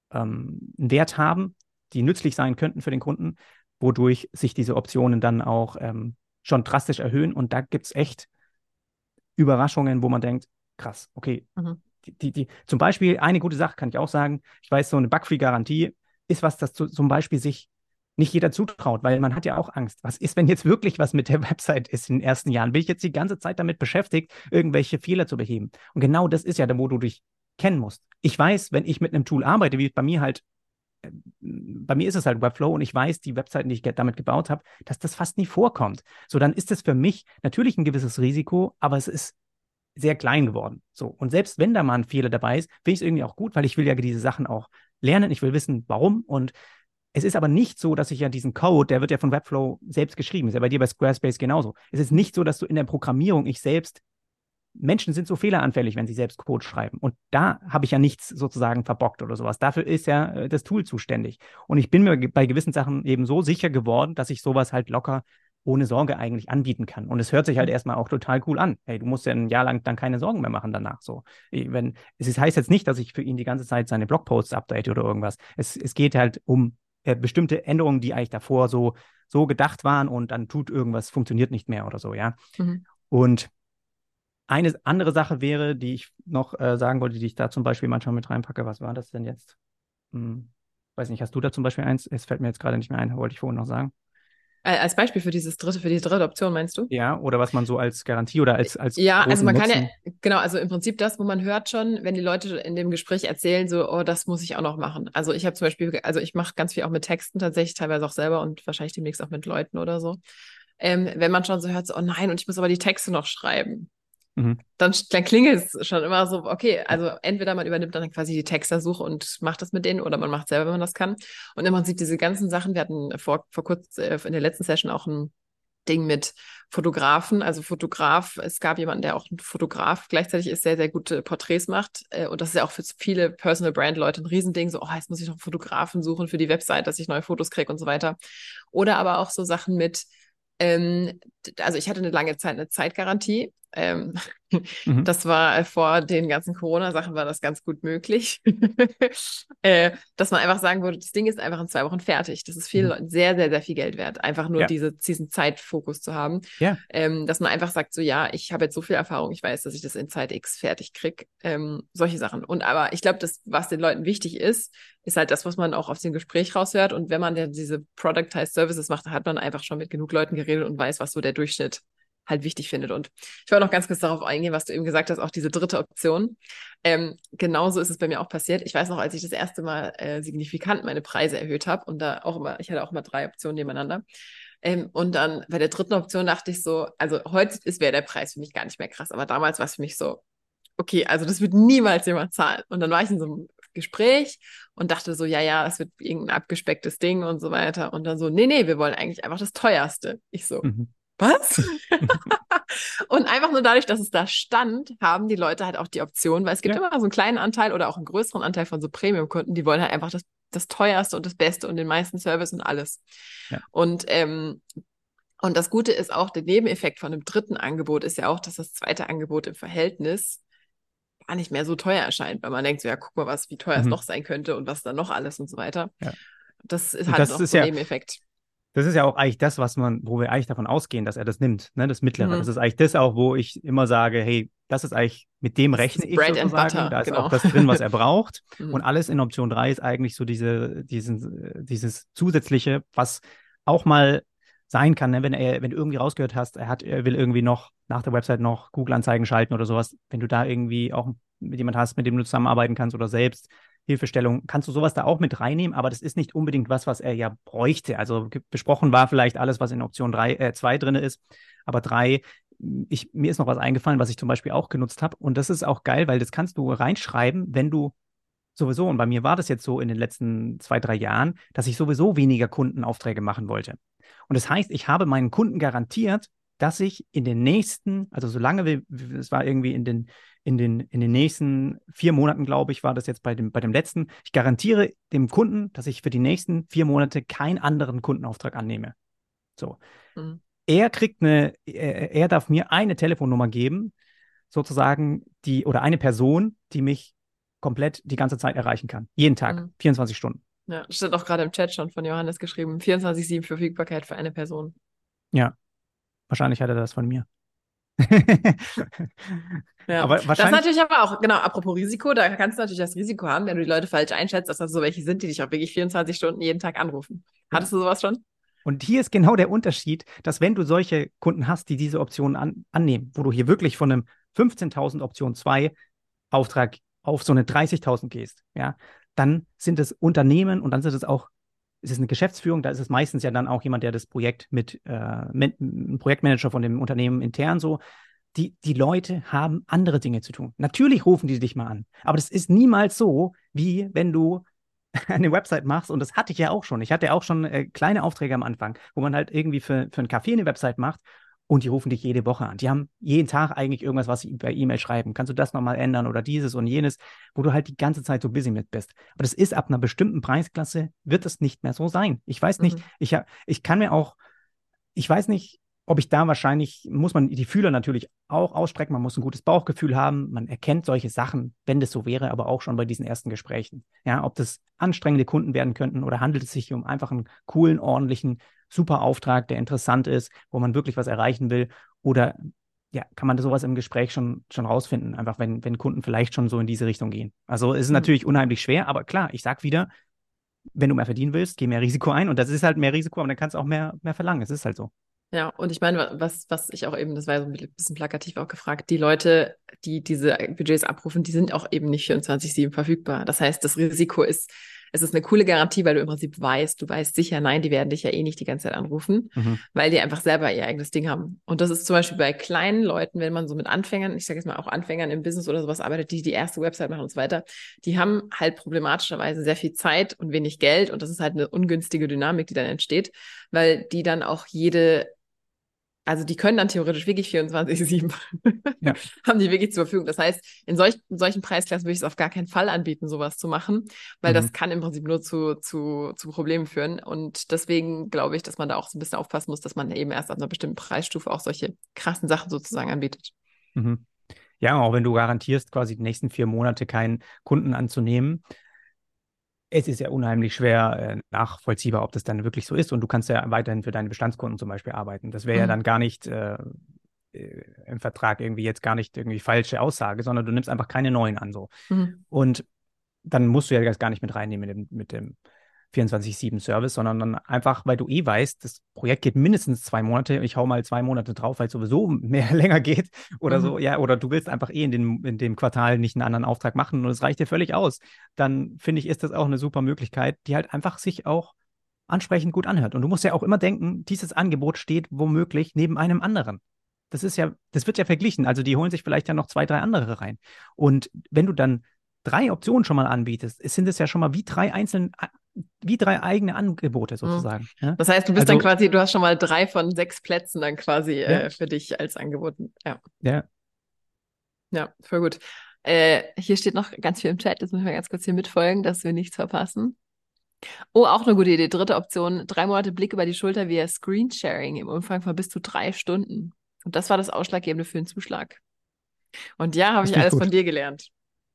ähm, einen Wert haben, die nützlich sein könnten für den Kunden, wodurch sich diese Optionen dann auch ähm, schon drastisch erhöhen. Und da gibt es echt Überraschungen, wo man denkt, krass, okay, Mhm. die, die, die, zum Beispiel, eine gute Sache kann ich auch sagen, ich weiß, so eine Bug-Free-Garantie ist was, das zu, zum Beispiel sich nicht jeder zutraut, weil man hat ja auch Angst. Was ist, wenn jetzt wirklich was mit der Website ist in den ersten Jahren? Bin ich jetzt die ganze Zeit damit beschäftigt, irgendwelche Fehler zu beheben? Und genau das ist ja da, wo du dich kennen musst. Ich weiß, wenn ich mit einem Tool arbeite, wie bei mir halt, äh, bei mir ist es halt Webflow und ich weiß, die Webseiten, die ich damit gebaut habe, dass das fast nie vorkommt. So, dann ist es für mich natürlich ein gewisses Risiko, aber es ist sehr klein geworden. So. Und selbst wenn da mal ein Fehler dabei ist, finde ich es irgendwie auch gut, weil ich will ja diese Sachen auch lernen. Ich will wissen, warum. Und es ist aber nicht so, dass ich ja diesen Code, der wird ja von Webflow selbst geschrieben, ist ja bei dir bei Squarespace genauso. Es ist nicht so, dass du in der Programmierung ich selbst, Menschen sind so fehleranfällig, wenn sie selbst Code schreiben. Und da habe ich ja nichts sozusagen verbockt oder sowas. Dafür ist ja äh, das Tool zuständig. Und ich bin mir ge- bei gewissen Sachen eben so sicher geworden, dass ich sowas halt locker ohne Sorge eigentlich anbieten kann. Und es hört sich halt erstmal auch total cool an. Hey, du musst ja ein Jahr lang dann keine Sorgen mehr machen danach. So, wenn, es ist, heißt jetzt nicht, dass ich für ihn die ganze Zeit seine Blogposts update oder irgendwas. Es, es geht halt um äh, bestimmte Änderungen, die eigentlich davor so, so gedacht waren und dann tut irgendwas, funktioniert nicht mehr oder so, ja. Mhm. Und eine andere Sache wäre, die ich noch äh, sagen wollte, die ich da zum Beispiel manchmal mit reinpacke, was war das denn jetzt? Hm, weiß nicht, hast du da zum Beispiel eins? Es fällt mir jetzt gerade nicht mehr ein, wollte ich vorhin noch sagen. Äh, Als Beispiel für dieses dritte, für die dritte Option, meinst du? Ja, oder was man so als Garantie oder als, als Ja, also großen man kann ja, Nutzen. genau, also im Prinzip das, wo man hört schon, wenn die Leute in dem Gespräch erzählen, so, oh, das muss ich auch noch machen. Also ich habe zum Beispiel, also ich mache ganz viel auch mit Texten tatsächlich, teilweise auch selber und wahrscheinlich demnächst auch mit Leuten oder so. Ähm, wenn man schon so hört, so, oh nein, und ich muss aber die Texte noch schreiben, Mhm. dann, dann klingelt es schon immer so, okay, Ja. also entweder man übernimmt dann quasi die Textersuche und macht das mit denen oder man macht selber, wenn man das kann. Und im Prinzip diese ganzen Sachen, wir hatten vor, vor kurz äh, in der letzten Session auch ein Ding mit Fotografen. Also Fotograf, es gab jemanden, der auch ein Fotograf gleichzeitig ist, sehr, sehr gute Porträts macht. Äh, Und das ist ja auch für viele Personal Brand Leute ein Riesending. So, oh, jetzt muss ich noch einen Fotografen suchen für die Website, dass ich neue Fotos kriege und so weiter. Oder aber auch so Sachen mit, ähm, also ich hatte eine lange Zeit eine Zeitgarantie. Ähm, Mhm. das war äh, vor den ganzen Corona-Sachen war das ganz gut möglich. äh, dass man einfach sagen würde, das Ding ist einfach in zwei Wochen fertig. Das ist viel, Mhm. sehr, sehr, sehr viel Geld wert, einfach nur Ja, diese, diesen Zeitfokus zu haben. ja. Ähm, dass man einfach sagt, so ja, ich habe jetzt so viel Erfahrung, ich weiß, dass ich das in Zeit X fertig krieg. Ähm, solche Sachen. Und aber ich glaube, das, was den Leuten wichtig ist, ist halt das, was man auch aus dem Gespräch raushört. Und wenn man ja diese Productized Services macht, hat man einfach schon mit genug Leuten geredet und weiß, was so der Durchschnitt halt wichtig findet. Und ich wollte noch ganz kurz darauf eingehen, was du eben gesagt hast, auch diese dritte Option. Ähm, genauso ist es bei mir auch passiert. Ich weiß noch, als ich das erste Mal äh, signifikant meine Preise erhöht habe und da auch immer, ich hatte auch immer drei Optionen nebeneinander. Ähm, und dann bei der dritten Option dachte ich so, also heute ist wäre der Preis für mich gar nicht mehr krass, aber damals war es für mich so, okay, also das wird niemals jemand zahlen. Und dann war ich in so einem Gespräch und dachte so, ja, ja, es wird irgendein abgespecktes Ding und so weiter. Und dann so, nee, nee, wir wollen eigentlich einfach das teuerste. Ich so, Mhm. was? Und einfach nur dadurch, dass es da stand, haben die Leute halt auch die Option, weil es gibt Ja. immer so einen kleinen Anteil oder auch einen größeren Anteil von so Premium-Kunden, die wollen halt einfach das, das teuerste und das Beste und den meisten Service und alles. Ja. Und, ähm, und das Gute ist auch, der Nebeneffekt von dem dritten Angebot ist ja auch, dass das zweite Angebot im Verhältnis gar nicht mehr so teuer erscheint, weil man denkt so, ja, guck mal, was, wie teuer es Mhm. noch sein könnte und was da noch alles und so weiter. Ja. Das ist Und halt das noch ist so ein ja, Nebeneffekt. das ist ja auch eigentlich das, was man, wo wir eigentlich davon ausgehen, dass er das nimmt, ne, das Mittlere. Das Mhm. ist eigentlich das auch, wo ich immer sage, hey, das ist eigentlich, mit dem Das rechne ist ich Bread and sozusagen. Butter, Da ist auch genau. das drin, was er braucht. Und Mhm. alles in Option drei ist eigentlich so diese, diesen, dieses Zusätzliche, was auch mal sein kann, ne? Wenn er, wenn du irgendwie rausgehört hast, er hat, er will irgendwie noch nach der Website noch Google-Anzeigen schalten oder sowas, wenn du da irgendwie auch mit jemand hast, mit dem du zusammenarbeiten kannst oder selbst Hilfestellung, kannst du sowas da auch mit reinnehmen, aber das ist nicht unbedingt was, was er ja bräuchte. Also besprochen war vielleicht alles, was in Option drei, äh, zwei drin ist, aber drei, ich, mir ist noch was eingefallen, was ich zum Beispiel auch genutzt habe und das ist auch geil, weil das kannst du reinschreiben, wenn du sowieso, und bei mir war das jetzt so in den letzten zwei, drei Jahren, dass ich sowieso weniger Kundenaufträge machen wollte. Und das heißt, ich habe meinen Kunden garantiert, dass ich in den nächsten, also solange wir, es war irgendwie in den, in den, in den nächsten vier Monaten, glaube ich, war das jetzt bei dem, bei dem letzten, ich garantiere dem Kunden, dass ich für die nächsten vier Monate keinen anderen Kundenauftrag annehme. So. Mhm. Er kriegt eine, er, er darf mir eine Telefonnummer geben, sozusagen, die, oder eine Person, die mich komplett die ganze Zeit erreichen kann. Jeden Tag, Mhm. vierundzwanzig Stunden. Ja, das steht auch gerade im Chat schon von Johannes geschrieben. vierundzwanzig sieben Verfügbarkeit für eine Person. Ja, wahrscheinlich hat er das von mir. Ja, Aber das ist wahrscheinlich, natürlich aber auch, genau, apropos Risiko, da kannst du natürlich das Risiko haben, wenn du die Leute falsch einschätzt, dass das so welche sind, die dich auch wirklich vierundzwanzig Stunden jeden Tag anrufen. ja. Hattest du sowas schon? Und hier ist genau der Unterschied, dass wenn du solche Kunden hast, die diese Optionen an, annehmen, wo du hier wirklich von einem fünfzehntausend Option zwei Auftrag auf so eine dreißigtausend gehst, ja, dann sind es Unternehmen und dann sind es auch, es ist eine Geschäftsführung, da ist es meistens ja dann auch jemand, der das Projekt mit, äh, mit ein Projektmanager von dem Unternehmen intern so, die, die Leute haben andere Dinge zu tun. Natürlich rufen die dich mal an, aber das ist niemals so, wie wenn du eine Website machst, und das hatte ich ja auch schon. Ich hatte ja auch schon äh, kleine Aufträge am Anfang, wo man halt irgendwie für, für ein Café eine Website macht und die rufen dich jede Woche an. Die haben jeden Tag eigentlich irgendwas, was sie per E-Mail schreiben. Kannst du das nochmal ändern oder dieses und jenes, wo du halt die ganze Zeit so busy mit bist. Aber das ist ab einer bestimmten Preisklasse, wird es nicht mehr so sein. Ich weiß nicht, Mhm. ich, ich kann mir auch ich weiß nicht, ob ich da wahrscheinlich, muss man die Fühler natürlich auch ausstrecken, man muss ein gutes Bauchgefühl haben, man erkennt solche Sachen, wenn das so wäre, aber auch schon bei diesen ersten Gesprächen. Ja, ob das anstrengende Kunden werden könnten oder handelt es sich um einfach einen coolen, ordentlichen, super Auftrag, der interessant ist, wo man wirklich was erreichen will, oder ja, kann man sowas im Gespräch schon, schon rausfinden, einfach wenn, wenn Kunden vielleicht schon so in diese Richtung gehen. Also es ist Mhm. natürlich unheimlich schwer, aber klar, ich sag wieder, wenn du mehr verdienen willst, geh mehr Risiko ein, und das ist halt mehr Risiko, aber dann kannst du auch mehr, mehr verlangen. Es ist halt so. Ja, und ich meine, was, was ich auch eben, das war ja so ein bisschen plakativ auch gefragt, die Leute, die diese Budgets abrufen, die sind auch eben nicht vierundzwanzig sieben verfügbar. Das heißt, das Risiko ist, es ist eine coole Garantie, weil du im Prinzip weißt, du weißt sicher, nein, die werden dich ja eh nicht die ganze Zeit anrufen, Mhm. weil die einfach selber ihr eigenes Ding haben. Und das ist zum Beispiel bei kleinen Leuten, wenn man so mit Anfängern, ich sage jetzt mal auch Anfängern im Business oder sowas arbeitet, die die erste Website machen und so weiter, die haben halt problematischerweise sehr viel Zeit und wenig Geld, und das ist halt eine ungünstige Dynamik, die dann entsteht, weil die dann auch jede also die können dann theoretisch wirklich vierundzwanzig sieben Ja. haben die wirklich zur Verfügung. Das heißt, in, solch, in solchen Preisklassen würde ich es auf gar keinen Fall anbieten, sowas zu machen, weil das Mhm. kann im Prinzip nur zu, zu, zu Problemen führen. Und deswegen glaube ich, dass man da auch so ein bisschen aufpassen muss, dass man eben erst ab einer bestimmten Preisstufe auch solche krassen Sachen sozusagen anbietet. Mhm. Ja, auch wenn du garantierst, quasi die nächsten vier Monate keinen Kunden anzunehmen, es ist ja unheimlich schwer äh, nachvollziehbar, ob das dann wirklich so ist. Und du kannst ja weiterhin für deine Bestandskunden zum Beispiel arbeiten. Das wäre ja dann Mhm. gar nicht äh, äh, im Vertrag irgendwie jetzt gar nicht irgendwie falsche Aussage, sondern du nimmst einfach keine neuen an so. Mhm. Und dann musst du ja das gar nicht mit reinnehmen mit dem, mit dem vierundzwanzig sieben Service, sondern dann einfach, weil du eh weißt, das Projekt geht mindestens zwei Monate, ich hau mal zwei Monate drauf, weil es sowieso mehr länger geht oder so, Mhm. ja, oder du willst einfach eh in dem, in dem Quartal nicht einen anderen Auftrag machen und es reicht dir völlig aus, dann finde ich, ist das auch eine super Möglichkeit, die halt einfach sich auch ansprechend gut anhört. Und du musst ja auch immer denken, dieses Angebot steht womöglich neben einem anderen. Das ist ja, das wird ja verglichen. Also die holen sich vielleicht ja noch zwei, drei andere rein. Und wenn du dann drei Optionen schon mal anbietest, sind es ja schon mal wie drei einzelne, wie drei eigene Angebote Mhm. sozusagen. Ja? Das heißt, du bist dann Also, quasi, du hast schon mal drei von sechs Plätzen dann quasi ja, äh, für dich als Angebot. Ja. ja, Ja, voll gut. Äh, hier steht noch ganz viel im Chat, das müssen wir ganz kurz hier mitfolgen, dass wir nichts verpassen. Oh, auch eine gute Idee. Dritte Option, drei Monate Blick über die Schulter via Screensharing im Umfang von bis zu drei Stunden. Und das war das Ausschlaggebende für den Zuschlag. Und ja, habe das ich finde ich alles von gut. dir gelernt.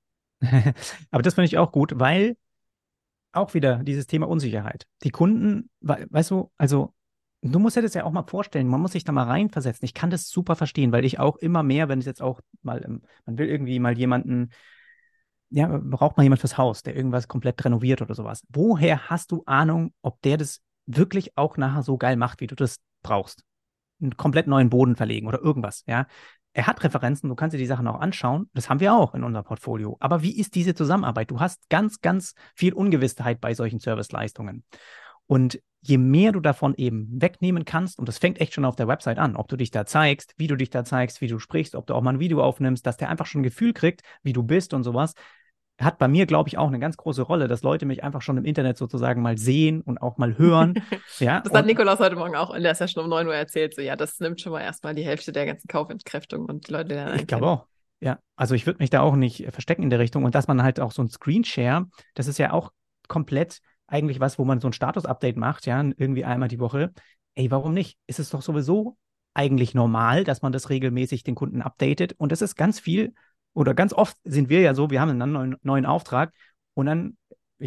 Aber das finde ich auch gut, weil auch wieder dieses Thema Unsicherheit. Die Kunden, we weißt du, also du musst dir das ja auch mal vorstellen, man muss sich da mal reinversetzen. Ich kann das super verstehen, weil ich auch immer mehr, wenn es jetzt auch mal, ähm, man will irgendwie mal jemanden, ja, braucht mal jemand fürs Haus, der irgendwas komplett renoviert oder sowas. Woher hast du Ahnung, ob der das wirklich auch nachher so geil macht, wie du das brauchst? Einen komplett neuen Boden verlegen oder irgendwas, ja. Er hat Referenzen, du kannst dir die Sachen auch anschauen. Das haben wir auch in unserem Portfolio. Aber wie ist diese Zusammenarbeit? Du hast ganz, ganz viel Ungewissheit bei solchen Serviceleistungen. Und je mehr du davon eben wegnehmen kannst, und das fängt echt schon auf der Website an, ob du dich da zeigst, wie du dich da zeigst, wie du sprichst, ob du auch mal ein Video aufnimmst, dass der einfach schon ein Gefühl kriegt, wie du bist und sowas, hat bei mir, glaube ich, auch eine ganz große Rolle, dass Leute mich einfach schon im Internet sozusagen mal sehen und auch mal hören. Ja, Das hat und Nikolaus heute Morgen auch in der Session um neun Uhr erzählt. So, ja, das nimmt schon mal erstmal die Hälfte der ganzen Kaubentkräftung und die Leute lernen ich einen glaube kennen. auch. Ja, also ich würde mich da auch nicht äh, verstecken in der Richtung. Und dass man halt auch so ein Screenshare, das ist ja auch komplett eigentlich was, wo man so ein Status-Update macht, ja, irgendwie einmal die Woche. Ey, warum nicht? Ist es doch sowieso eigentlich normal, dass man das regelmäßig den Kunden updatet. Und das ist ganz viel oder ganz oft sind wir ja so, wir haben einen neuen, neuen Auftrag und dann, ich meine,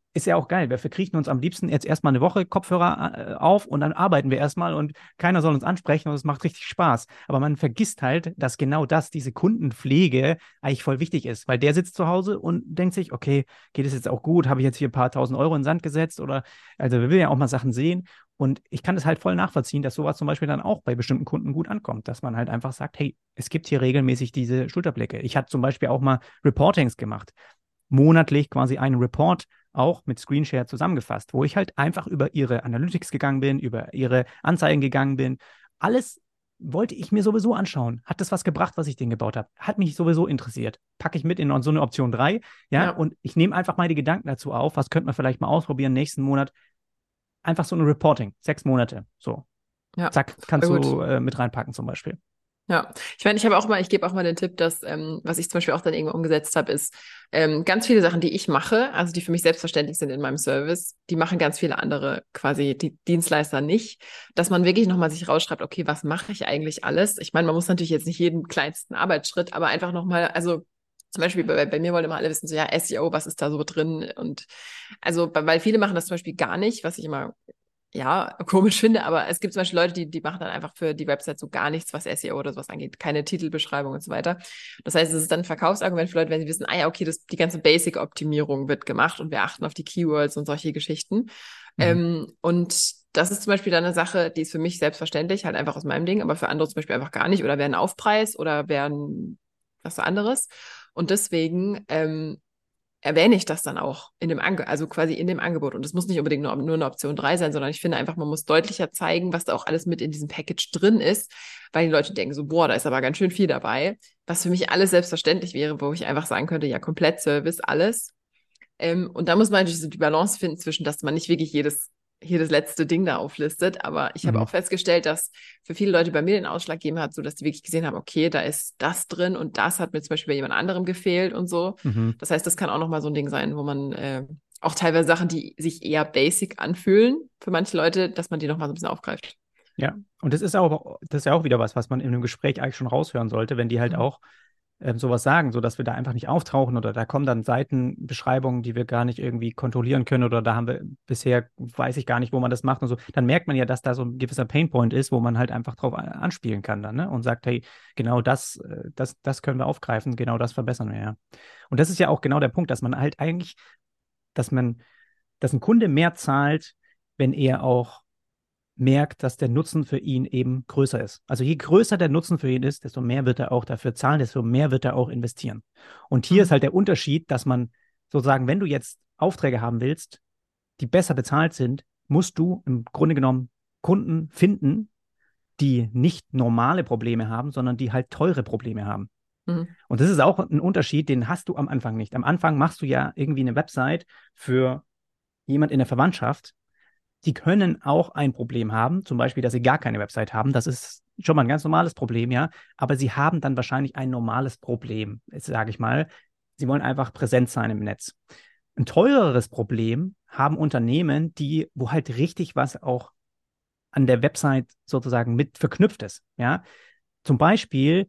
ist ja auch geil. Wir verkriechen uns am liebsten jetzt erstmal eine Woche Kopfhörer äh, auf und dann arbeiten wir erstmal und keiner soll uns ansprechen und es macht richtig Spaß. Aber man vergisst halt, dass genau das, diese Kundenpflege eigentlich voll wichtig ist, weil der sitzt zu Hause und denkt sich, okay, geht es jetzt auch gut? Habe ich jetzt hier ein paar tausend Euro in den Sand gesetzt? Oder, also wir will ja auch mal Sachen sehen. Und ich kann das halt voll nachvollziehen, dass sowas zum Beispiel dann auch bei bestimmten Kunden gut ankommt, dass man halt einfach sagt, hey, es gibt hier regelmäßig diese Schulterblicke. Ich hatte zum Beispiel auch mal Reportings gemacht, monatlich quasi einen Report auch mit Screenshare zusammengefasst, wo ich halt einfach über ihre Analytics gegangen bin, über ihre Anzeigen gegangen bin. Alles wollte ich mir sowieso anschauen. Hat das was gebracht, was ich denen gebaut habe? Hat mich sowieso interessiert. Packe ich mit in so eine Option drei, ja, Ja. und ich nehme einfach mal die Gedanken dazu auf, was könnte man vielleicht mal ausprobieren nächsten Monat. Einfach so ein Reporting, sechs Monate, so. Ja, Zack, kannst voll du gut. äh, mit reinpacken zum Beispiel. Ja, ich meine, ich habe auch mal, ich gebe auch mal den Tipp, dass, ähm, was ich zum Beispiel auch dann irgendwann umgesetzt habe, ist, ähm, ganz viele Sachen, die ich mache, also die für mich selbstverständlich sind in meinem Service, die machen ganz viele andere quasi die Dienstleister nicht, dass man wirklich nochmal sich rausschreibt, okay, was mache ich eigentlich alles? Ich meine, man muss natürlich jetzt nicht jeden kleinsten Arbeitsschritt, aber einfach nochmal, also zum Beispiel bei, bei mir wollen immer alle wissen, so ja, S E O, was ist da so drin? Und also, weil viele machen das zum Beispiel gar nicht, was ich immer ja, komisch finde, aber es gibt zum Beispiel Leute, die, die machen dann einfach für die Website so gar nichts, was S E O oder sowas angeht, keine Titelbeschreibung und so weiter. Das heißt, es ist dann ein Verkaufsargument für Leute, wenn sie wissen, ah ja, okay, das, die ganze Basic-Optimierung wird gemacht und wir achten auf die Keywords und solche Geschichten. Mhm. Ähm, und das ist zum Beispiel dann eine Sache, die ist für mich selbstverständlich, halt einfach aus meinem Ding, aber für andere zum Beispiel einfach gar nicht oder wäre ein Aufpreis oder wäre ein was anderes. Und deswegen ähm, erwähne ich das dann auch in dem Ange also quasi in dem Angebot. Und es muss nicht unbedingt nur, nur eine Option drei sein, sondern ich finde einfach, man muss deutlicher zeigen, was da auch alles mit in diesem Package drin ist, weil die Leute denken so, boah, da ist aber ganz schön viel dabei, was für mich alles selbstverständlich wäre, wo ich einfach sagen könnte, ja, Komplettservice, alles. Ähm, und da muss man natürlich so die Balance finden zwischen, dass man nicht wirklich jedes, jedes letzte Ding da auflistet. Aber ich habe Mhm. auch festgestellt, dass für viele Leute bei mir den Ausschlag gegeben hat, so dass die wirklich gesehen haben, okay, da ist das drin und das hat mir zum Beispiel bei jemand anderem gefehlt und so. Mhm. Das heißt, das kann auch nochmal so ein Ding sein, wo man äh, auch teilweise Sachen, die sich eher basic anfühlen, für manche Leute, dass man die nochmal so ein bisschen aufgreift. Ja, und das ist auch, das ist ja auch wieder was, was man in einem Gespräch eigentlich schon raushören sollte, wenn die halt Mhm. auch ähm, sowas sagen, sodass wir da einfach nicht auftauchen oder da kommen dann Seitenbeschreibungen, die wir gar nicht irgendwie kontrollieren können oder da haben wir bisher, weiß ich gar nicht, wo man das macht und so. Dann merkt man ja, dass da so ein gewisser Painpoint ist, wo man halt einfach drauf a- anspielen kann dann, ne? Und sagt, hey, genau das, äh, das, das können wir aufgreifen, genau das verbessern wir, ja. Und das ist ja auch genau der Punkt, dass man halt eigentlich, dass man, dass ein Kunde mehr zahlt, wenn er auch merkt, dass der Nutzen für ihn eben größer ist. Also je größer der Nutzen für ihn ist, desto mehr wird er auch dafür zahlen, desto mehr wird er auch investieren. Und hier ist Mhm. halt der Unterschied, dass man sozusagen, wenn du jetzt Aufträge haben willst, die besser bezahlt sind, musst du im Grunde genommen Kunden finden, die nicht normale Probleme haben, sondern die halt teure Probleme haben. Mhm. Und das ist auch ein Unterschied, den hast du am Anfang nicht. Am Anfang machst du ja irgendwie eine Website für jemand in der Verwandtschaft. Die können auch ein Problem haben, zum Beispiel, dass sie gar keine Website haben. Das ist schon mal ein ganz normales Problem, ja. Aber sie haben dann wahrscheinlich ein normales Problem, sage ich mal. Sie wollen einfach präsent sein im Netz. Ein teureres Problem haben Unternehmen, die, wo halt richtig was auch an der Website sozusagen mit verknüpft ist, ja. Zum Beispiel,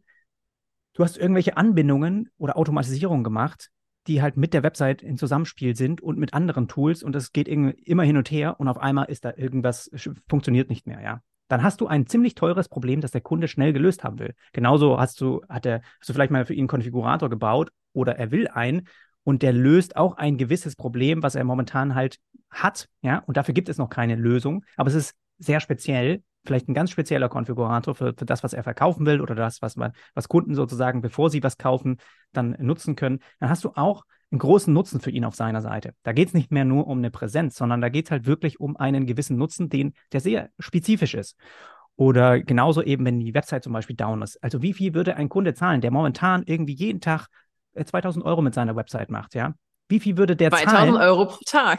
du hast irgendwelche Anbindungen oder Automatisierung gemacht, die halt mit der Website in Zusammenspiel sind und mit anderen Tools und es geht immer hin und her und auf einmal ist da irgendwas, funktioniert nicht mehr, ja. Dann hast du ein ziemlich teures Problem, das der Kunde schnell gelöst haben will. Genauso hast du, hat er, hast du vielleicht mal für ihn einen Konfigurator gebaut oder er will einen und der löst auch ein gewisses Problem, was er momentan halt hat, ja. Und dafür gibt es noch keine Lösung, aber es ist sehr speziell, vielleicht ein ganz spezieller Konfigurator für, für das, was er verkaufen will oder das, was, man, was Kunden sozusagen, bevor sie was kaufen, dann nutzen können, dann hast du auch einen großen Nutzen für ihn auf seiner Seite. Da geht es nicht mehr nur um eine Präsenz, sondern da geht es halt wirklich um einen gewissen Nutzen, den, der sehr spezifisch ist. Oder genauso eben, wenn die Website zum Beispiel down ist. Also wie viel würde ein Kunde zahlen, der momentan irgendwie jeden Tag äh, zweitausend Euro mit seiner Website macht, ja? Wie viel würde der zweitausend zahlen? Euro pro Tag.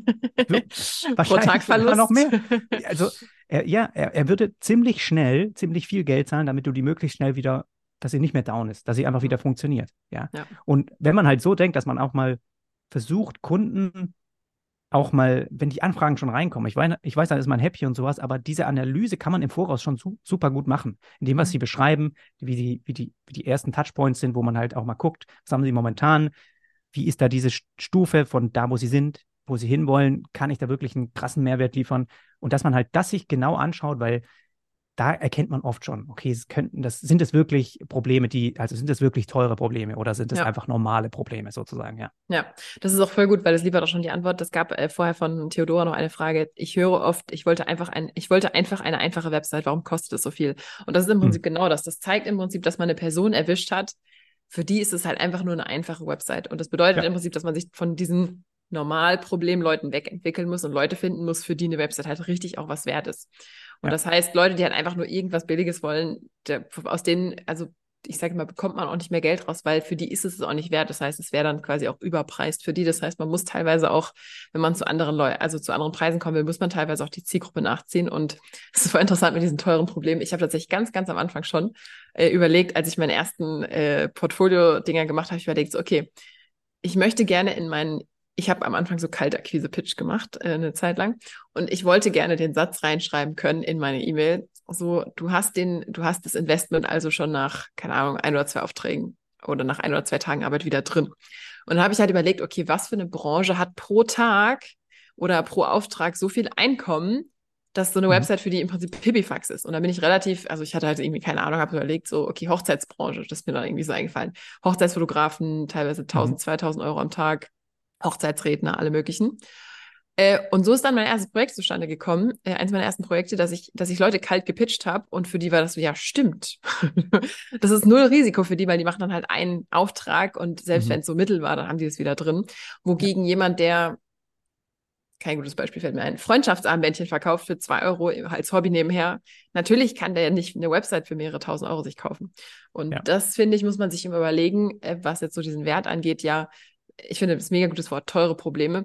So, Pro Tag wahrscheinlich sogar noch Verlust. mehr. Also, er, ja, er, er würde ziemlich schnell, ziemlich viel Geld zahlen, damit du die möglichst schnell wieder, dass sie nicht mehr down ist, dass sie einfach wieder funktioniert. Ja. Ja. Und wenn man halt so denkt, dass man auch mal versucht, Kunden auch mal, wenn die Anfragen schon reinkommen, ich weiß, ich weiß, dann ist man happy und sowas, aber diese Analyse kann man im Voraus schon su super gut machen, indem was sie beschreiben, wie die, wie die, wie die ersten Touchpoints sind, wo man halt auch mal guckt, was haben sie momentan, wie ist da diese Stufe von da, wo sie sind, wo sie hinwollen, kann ich da wirklich einen krassen Mehrwert liefern und dass man halt das sich genau anschaut, weil da erkennt man oft schon, okay, es könnten das, sind das wirklich Probleme, die, also sind das wirklich teure Probleme oder sind das Ja. einfach normale Probleme sozusagen, ja. Ja, das ist auch voll gut, weil das liefert auch schon die Antwort. Es gab äh, vorher von Theodora noch eine Frage. Ich höre oft, ich wollte einfach ein, ich wollte einfach eine einfache Website. Warum kostet es so viel? Und das ist im Hm. Prinzip genau das. Das zeigt im Prinzip, dass man eine Person erwischt hat. Für die ist es halt einfach nur eine einfache Website. Und das bedeutet Ja. im Prinzip, dass man sich von diesen Normalproblemleuten wegentwickeln muss und Leute finden muss, für die eine Website halt richtig auch was wert ist. Und Ja. das heißt, Leute, die halt einfach nur irgendwas Billiges wollen, der, aus denen, also ich sage mal, bekommt man auch nicht mehr Geld raus, weil für die ist es auch nicht wert. Das heißt, es wäre dann quasi auch überpreist für die. Das heißt, man muss teilweise auch, wenn man zu anderen Leuten, also zu anderen Preisen kommen will, muss man teilweise auch die Zielgruppe nachziehen. Und es ist voll interessant mit diesen teuren Problemen. Ich habe tatsächlich ganz, ganz am Anfang schon äh, überlegt, als ich meine ersten äh, Portfolio-Dinger gemacht habe, ich überlegt, so, okay, ich möchte gerne in meinen ich habe am Anfang so Kaltakquise-Pitch gemacht, äh, eine Zeit lang. Und ich wollte gerne den Satz reinschreiben können in meine E-Mail. So, du hast den, du hast das Investment also schon nach, keine Ahnung, ein oder zwei Aufträgen oder nach ein oder zwei Tagen Arbeit wieder drin. Und dann habe ich halt überlegt, okay, was für eine Branche hat pro Tag oder pro Auftrag so viel Einkommen, dass so eine Mhm. Website für die im Prinzip Pipifax ist. Und dann bin ich relativ, also ich hatte halt irgendwie keine Ahnung, habe überlegt, so, okay, Hochzeitsbranche, das ist mir dann irgendwie so eingefallen. Hochzeitsfotografen, teilweise tausend, Mhm. zweitausend Euro am Tag. Hochzeitsredner, alle möglichen. Äh, und so ist dann mein erstes Projekt zustande gekommen. Äh, eins meiner ersten Projekte, dass ich, dass ich Leute kalt gepitcht habe und für die war das so, ja, stimmt. Das ist null Risiko für die, weil die machen dann halt einen Auftrag und selbst Mhm. wenn es so mittel war, dann haben die das wieder drin. Ja. Wogegen jemand, der, kein gutes Beispiel fällt mir ein, Freundschaftsarmbändchen verkauft für zwei Euro als Hobby nebenher, natürlich kann der ja nicht eine Website für mehrere tausend Euro sich kaufen. Und Ja. das, finde ich, muss man sich immer überlegen, äh, was jetzt so diesen Wert angeht, ja, ich finde das ist ein mega gutes Wort, teure Probleme.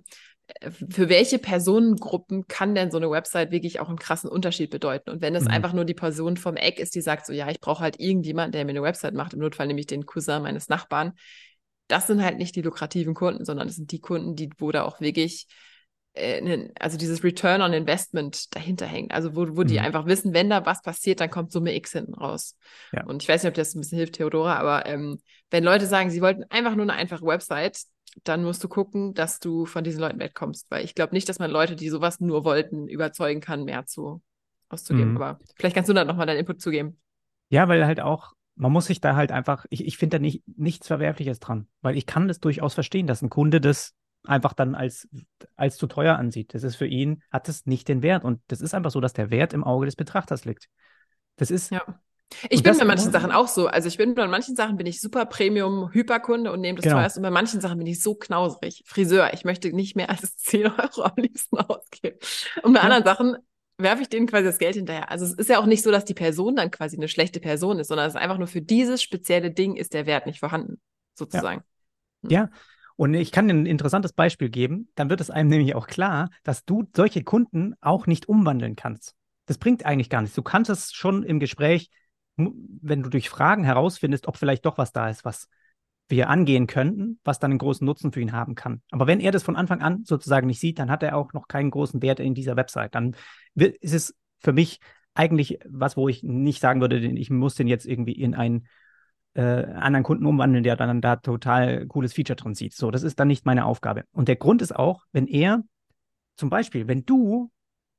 Für welche Personengruppen kann denn so eine Website wirklich auch einen krassen Unterschied bedeuten? Und wenn es Mhm. einfach nur die Person vom Eck ist, die sagt so, ja, ich brauche halt irgendjemanden, der mir eine Website macht, im Notfall nämlich den Cousin meines Nachbarn, das sind halt nicht die lukrativen Kunden, sondern das sind die Kunden, die, wo da auch wirklich äh, ne, also dieses Return on Investment dahinter hängt. Also wo, wo die Mhm. einfach wissen, wenn da was passiert, dann kommt Summe X hinten raus. Ja. Und ich weiß nicht, ob das ein bisschen hilft, Theodora, aber ähm, wenn Leute sagen, sie wollten einfach nur eine einfache Website, dann musst du gucken, dass du von diesen Leuten wegkommst. Weil ich glaube nicht, dass man Leute, die sowas nur wollten, überzeugen kann, mehr zu auszugeben. Mhm. Aber vielleicht kannst du da nochmal deinen Input zugeben. Ja, weil halt auch, man muss sich da halt einfach, ich, ich finde da nicht, nichts Verwerfliches dran, weil ich kann das durchaus verstehen, dass ein Kunde das einfach dann als, als zu teuer ansieht. Das ist für ihn, hat es nicht den Wert. Und das ist einfach so, dass der Wert im Auge des Betrachters liegt. Das ist, Ja. Ich und bin das, bei manchen Sachen auch so. Also ich bin bei manchen Sachen bin ich super Premium-Hyperkunde und nehme das genau, teuerst. Und bei manchen Sachen bin ich so knauserig. Friseur, ich möchte nicht mehr als zehn Euro am liebsten ausgeben. Und bei ja, anderen Sachen werfe ich denen quasi das Geld hinterher. Also es ist ja auch nicht so, dass die Person dann quasi eine schlechte Person ist, sondern es ist einfach nur für dieses spezielle Ding ist der Wert nicht vorhanden, ja, sozusagen. Hm. ja. Und ich kann dir ein interessantes Beispiel geben, dann wird es einem nämlich auch klar, dass du solche Kunden auch nicht umwandeln kannst. Das bringt eigentlich gar nichts. Du kannst es schon im Gespräch, mu- wenn du durch Fragen herausfindest, ob vielleicht doch was da ist, was wir angehen könnten, was dann einen großen Nutzen für ihn haben kann. Aber wenn er das von Anfang an sozusagen nicht sieht, dann hat er auch noch keinen großen Wert in dieser Website. Dann wird, ist es für mich eigentlich was, wo ich nicht sagen würde, den- ich muss den jetzt irgendwie in einen äh, anderen Kunden umwandeln, der dann da total cooles Feature drin sieht. So, das ist dann nicht meine Aufgabe. Und der Grund ist auch, wenn er zum Beispiel, wenn du,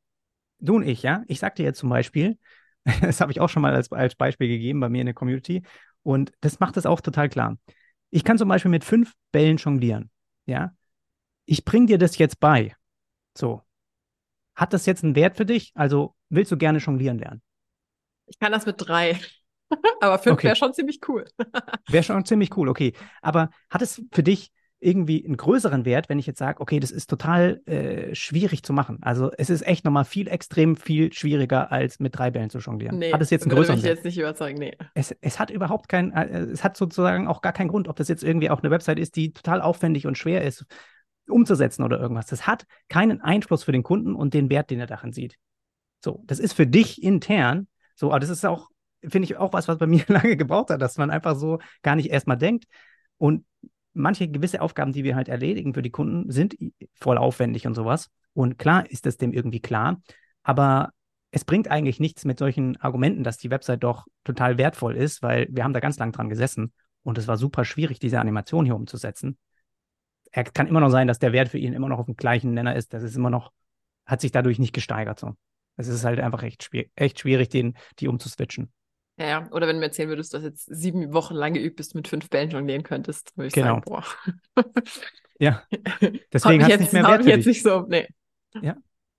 du und ich, ja, ich sag dir jetzt zum Beispiel, das habe ich auch schon mal als, als Beispiel gegeben bei mir in der Community, und das macht es auch total klar. Ich kann zum Beispiel mit fünf Bällen jonglieren. Ja, ich bringe dir das jetzt bei. So, hat das jetzt einen Wert für dich? Also willst du gerne jonglieren lernen? Ich kann das mit drei, aber fünf wäre Okay, schon ziemlich cool. wäre schon ziemlich cool, okay. Aber hat es für dich irgendwie einen größeren Wert, wenn ich jetzt sage, okay, das ist total äh, schwierig zu machen? Also es ist echt nochmal viel, extrem viel schwieriger, als mit drei Bällen zu jonglieren. Hat Nee, es jetzt einen würde größeren mich Wert? jetzt nicht überzeugen, nee. Es, es hat überhaupt keinen, äh, es hat sozusagen auch gar keinen Grund, ob das jetzt irgendwie auch eine Website ist, die total aufwendig und schwer ist, umzusetzen oder irgendwas. Das hat keinen Einfluss für den Kunden und den Wert, den er darin sieht. So, das ist für dich intern so, aber das ist auch, finde ich, auch was, was bei mir lange gebraucht hat, dass man einfach so gar nicht erstmal denkt. Und manche gewisse Aufgaben, die wir halt erledigen für die Kunden, sind voll aufwendig und sowas. Und klar ist das dem irgendwie klar, aber es bringt eigentlich nichts mit solchen Argumenten, dass die Website doch total wertvoll ist, weil wir haben da ganz lang dran gesessen und es war super schwierig, diese Animation hier umzusetzen. er kann immer noch sein, dass der Wert für ihn immer noch auf dem gleichen Nenner ist. Das ist immer noch, hat sich dadurch nicht gesteigert. So. Es ist halt einfach echt, schwierig, echt schwierig, den, die umzuswitchen. Ja, ja. Oder wenn du mir erzählen würdest, dass du jetzt sieben Wochen lang geübt bist, mit fünf Bällen jonglieren könntest, würde ich Genau. sagen, boah. Ja, Haut deswegen mich hat es jetzt, nicht mehr haut Wert mich für jetzt dich. nicht so, nee. Ja.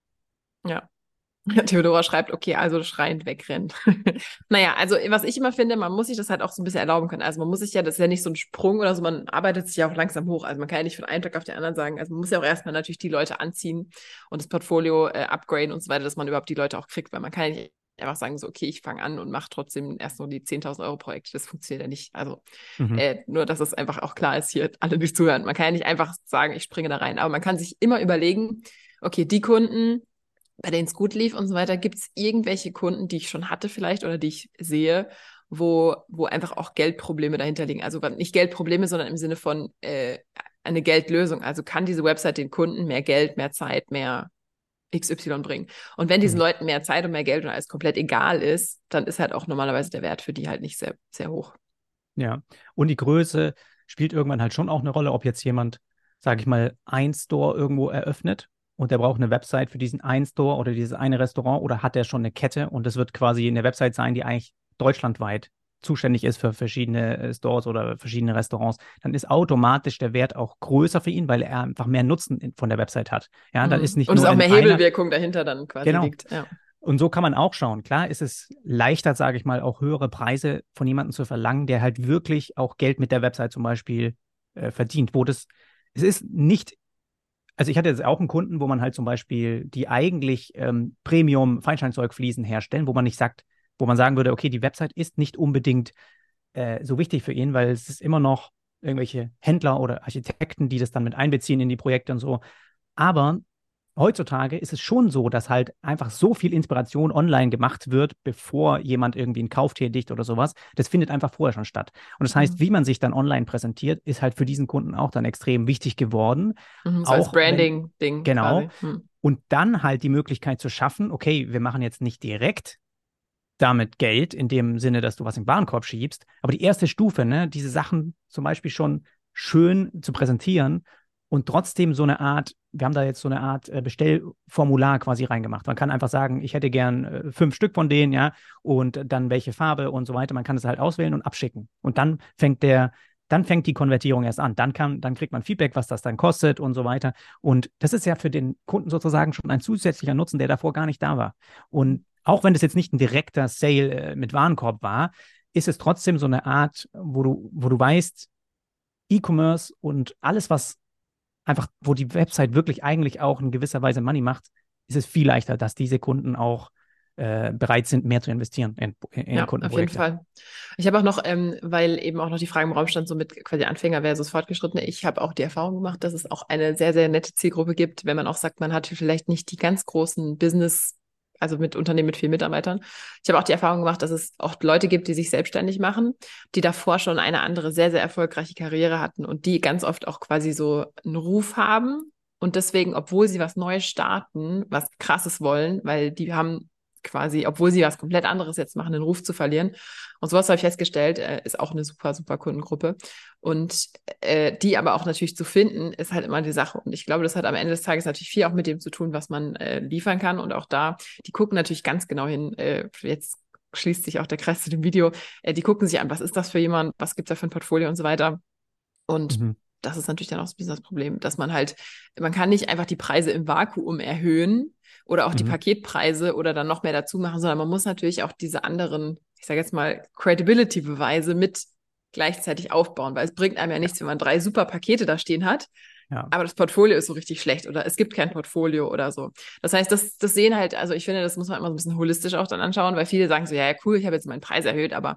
Ja. Theodora schreibt, okay, also schreiend wegrennen. Naja, also was ich immer finde, man muss sich das halt auch so ein bisschen erlauben können. Also man muss sich ja, das ist ja nicht so ein Sprung oder so, man arbeitet sich ja auch langsam hoch. Also man kann ja nicht von einem Tag auf den anderen sagen, also man muss ja auch erstmal natürlich die Leute anziehen und das Portfolio äh, upgraden und so weiter, dass man überhaupt die Leute auch kriegt, weil man kann ja nicht einfach sagen, so, okay, ich fange an und mache trotzdem erst nur die zehntausend Euro Projekte. Das funktioniert ja nicht. Also Mhm. äh, nur, dass es einfach auch klar ist, hier alle, die zuhören. Man kann ja nicht einfach sagen, ich springe da rein, aber man kann sich immer überlegen, okay, die Kunden, bei denen es gut lief und so weiter, gibt es irgendwelche Kunden, die ich schon hatte vielleicht oder die ich sehe, wo, wo einfach auch Geldprobleme dahinter liegen. Also nicht Geldprobleme, sondern im Sinne von äh, eine Geldlösung. Also kann diese Website den Kunden mehr Geld, mehr Zeit, mehr X Y bringen. Und wenn diesen Mhm. Leuten mehr Zeit und mehr Geld und alles komplett egal ist, dann ist halt auch normalerweise der Wert für die halt nicht sehr, sehr hoch. Ja. Und die Größe spielt irgendwann halt schon auch eine Rolle, ob jetzt jemand, sage ich mal, ein Store irgendwo eröffnet und der braucht eine Website für diesen einen Store oder dieses eine Restaurant oder hat der schon eine Kette und es wird quasi eine Website sein, die eigentlich deutschlandweit zuständig ist für verschiedene äh, Stores oder verschiedene Restaurants, dann ist automatisch der Wert auch größer für ihn, weil er einfach mehr Nutzen in- von der Website hat. Ja, dann ist Mhm. nicht Und es nur auch in mehr einer, Hebelwirkung dahinter dann quasi genau. liegt. Ja. Und so kann man auch schauen. Klar ist es leichter, sage ich mal, auch höhere Preise von jemandem zu verlangen, der halt wirklich auch Geld mit der Website zum Beispiel äh, verdient. Wo das, es ist nicht, also ich hatte jetzt auch einen Kunden, wo man halt zum Beispiel die eigentlich ähm, Premium-Feinsteinzeugfliesen herstellen, wo man nicht sagt, wo man sagen würde, okay, die Website ist nicht unbedingt äh, so wichtig für ihn, weil es ist immer noch irgendwelche Händler oder Architekten, die das dann mit einbeziehen in die Projekte und so. Aber heutzutage ist es schon so, dass halt einfach so viel Inspiration online gemacht wird, bevor jemand irgendwie einen Kauf tätigt oder sowas. Das findet einfach vorher schon statt. Und das heißt, Mhm. wie man sich dann online präsentiert, ist halt für diesen Kunden auch dann extrem wichtig geworden. Mhm, so als Auch wenn, Branding-Ding genau. quasi. Mhm. Und dann halt die Möglichkeit zu schaffen, okay, wir machen jetzt nicht direkt damit Geld, in dem Sinne, dass du was im Warenkorb schiebst, aber die erste Stufe, ne, diese Sachen zum Beispiel schon schön zu präsentieren und trotzdem so eine Art, wir haben da jetzt so eine Art äh, Bestellformular quasi reingemacht. Man kann einfach sagen, ich hätte gern äh, fünf Stück von denen, ja, und dann welche Farbe und so weiter. Man kann es halt auswählen und abschicken. Und dann fängt der, dann fängt die Konvertierung erst an. Dann kann, dann kriegt man Feedback, was das dann kostet und so weiter. Und das ist ja für den Kunden sozusagen schon ein zusätzlicher Nutzen, der davor gar nicht da war. Und auch wenn das jetzt nicht ein direkter Sale äh, mit Warenkorb war, ist es trotzdem so eine Art, wo du, wo du weißt, E-Commerce und alles, was einfach, wo die Website wirklich eigentlich auch in gewisser Weise Money macht, ist es viel leichter, dass diese Kunden auch äh, bereit sind, mehr zu investieren in, in, in Ja, auf jeden Kundenprojekte. Fall. Ich habe auch noch, ähm, weil eben auch noch die Frage im Raum stand, so mit quasi Anfänger versus Fortgeschrittene. Ich habe auch die Erfahrung gemacht, dass es auch eine sehr, sehr nette Zielgruppe gibt, wenn man auch sagt, man hat vielleicht nicht die ganz großen Business, also mit Unternehmen mit vielen Mitarbeitern. Ich habe auch die Erfahrung gemacht, dass es auch Leute gibt, die sich selbstständig machen, die davor schon eine andere sehr, sehr erfolgreiche Karriere hatten und die ganz oft auch quasi so einen Ruf haben und deswegen, obwohl sie was Neues starten, was Krasses wollen, weil die haben quasi, obwohl sie was komplett anderes jetzt machen, den Ruf zu verlieren. Und sowas habe ich festgestellt, äh, ist auch eine super, super Kundengruppe. Und äh, die aber auch natürlich zu finden, ist halt immer die Sache. Und ich glaube, das hat am Ende des Tages natürlich viel auch mit dem zu tun, was man äh, liefern kann. Und auch da, die gucken natürlich ganz genau hin. Äh, jetzt schließt sich auch der Kreis zu dem Video. Äh, die gucken sich an, was ist das für jemand, was gibt es da für ein Portfolio und so weiter. Und Mhm. das ist natürlich dann auch so ein bisschen das Problem, dass man halt, man kann nicht einfach die Preise im Vakuum erhöhen oder auch die Mhm. Paketpreise oder dann noch mehr dazu machen, sondern man muss natürlich auch diese anderen, ich sage jetzt mal, Credibility-Beweise mit gleichzeitig aufbauen, weil es bringt einem ja Ja, nichts, wenn man drei super Pakete da stehen hat, ja. aber das Portfolio ist so richtig schlecht oder es gibt kein Portfolio oder so. Das heißt, das, das sehen halt, also ich finde, das muss man immer so ein bisschen holistisch auch dann anschauen, weil viele sagen so, ja, ja, cool, ich habe jetzt meinen Preis erhöht, aber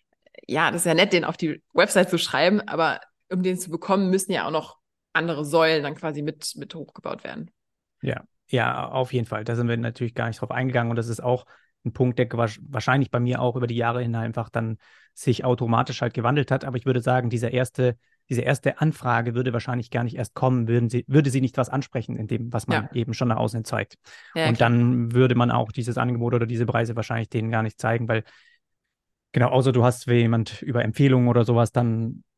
ja, das ist ja nett, den auf die Website zu schreiben, aber um den zu bekommen, müssen ja auch noch andere Säulen dann quasi mit, mit hochgebaut werden. Ja, ja, auf jeden Fall. Da sind wir natürlich gar nicht drauf eingegangen und das ist auch ein Punkt, der wahrscheinlich bei mir auch über die Jahre hin einfach dann sich automatisch halt gewandelt hat. Aber ich würde sagen, diese erste, diese erste Anfrage würde wahrscheinlich gar nicht erst kommen, würden sie, würde sie nicht was ansprechen in dem, was man Ja, eben schon nach außen hin zeigt. ja, ja, Und klar. dann würde man auch dieses Angebot oder diese Preise wahrscheinlich denen gar nicht zeigen, weil genau, außer du hast, wenn jemand über Empfehlungen oder sowas dann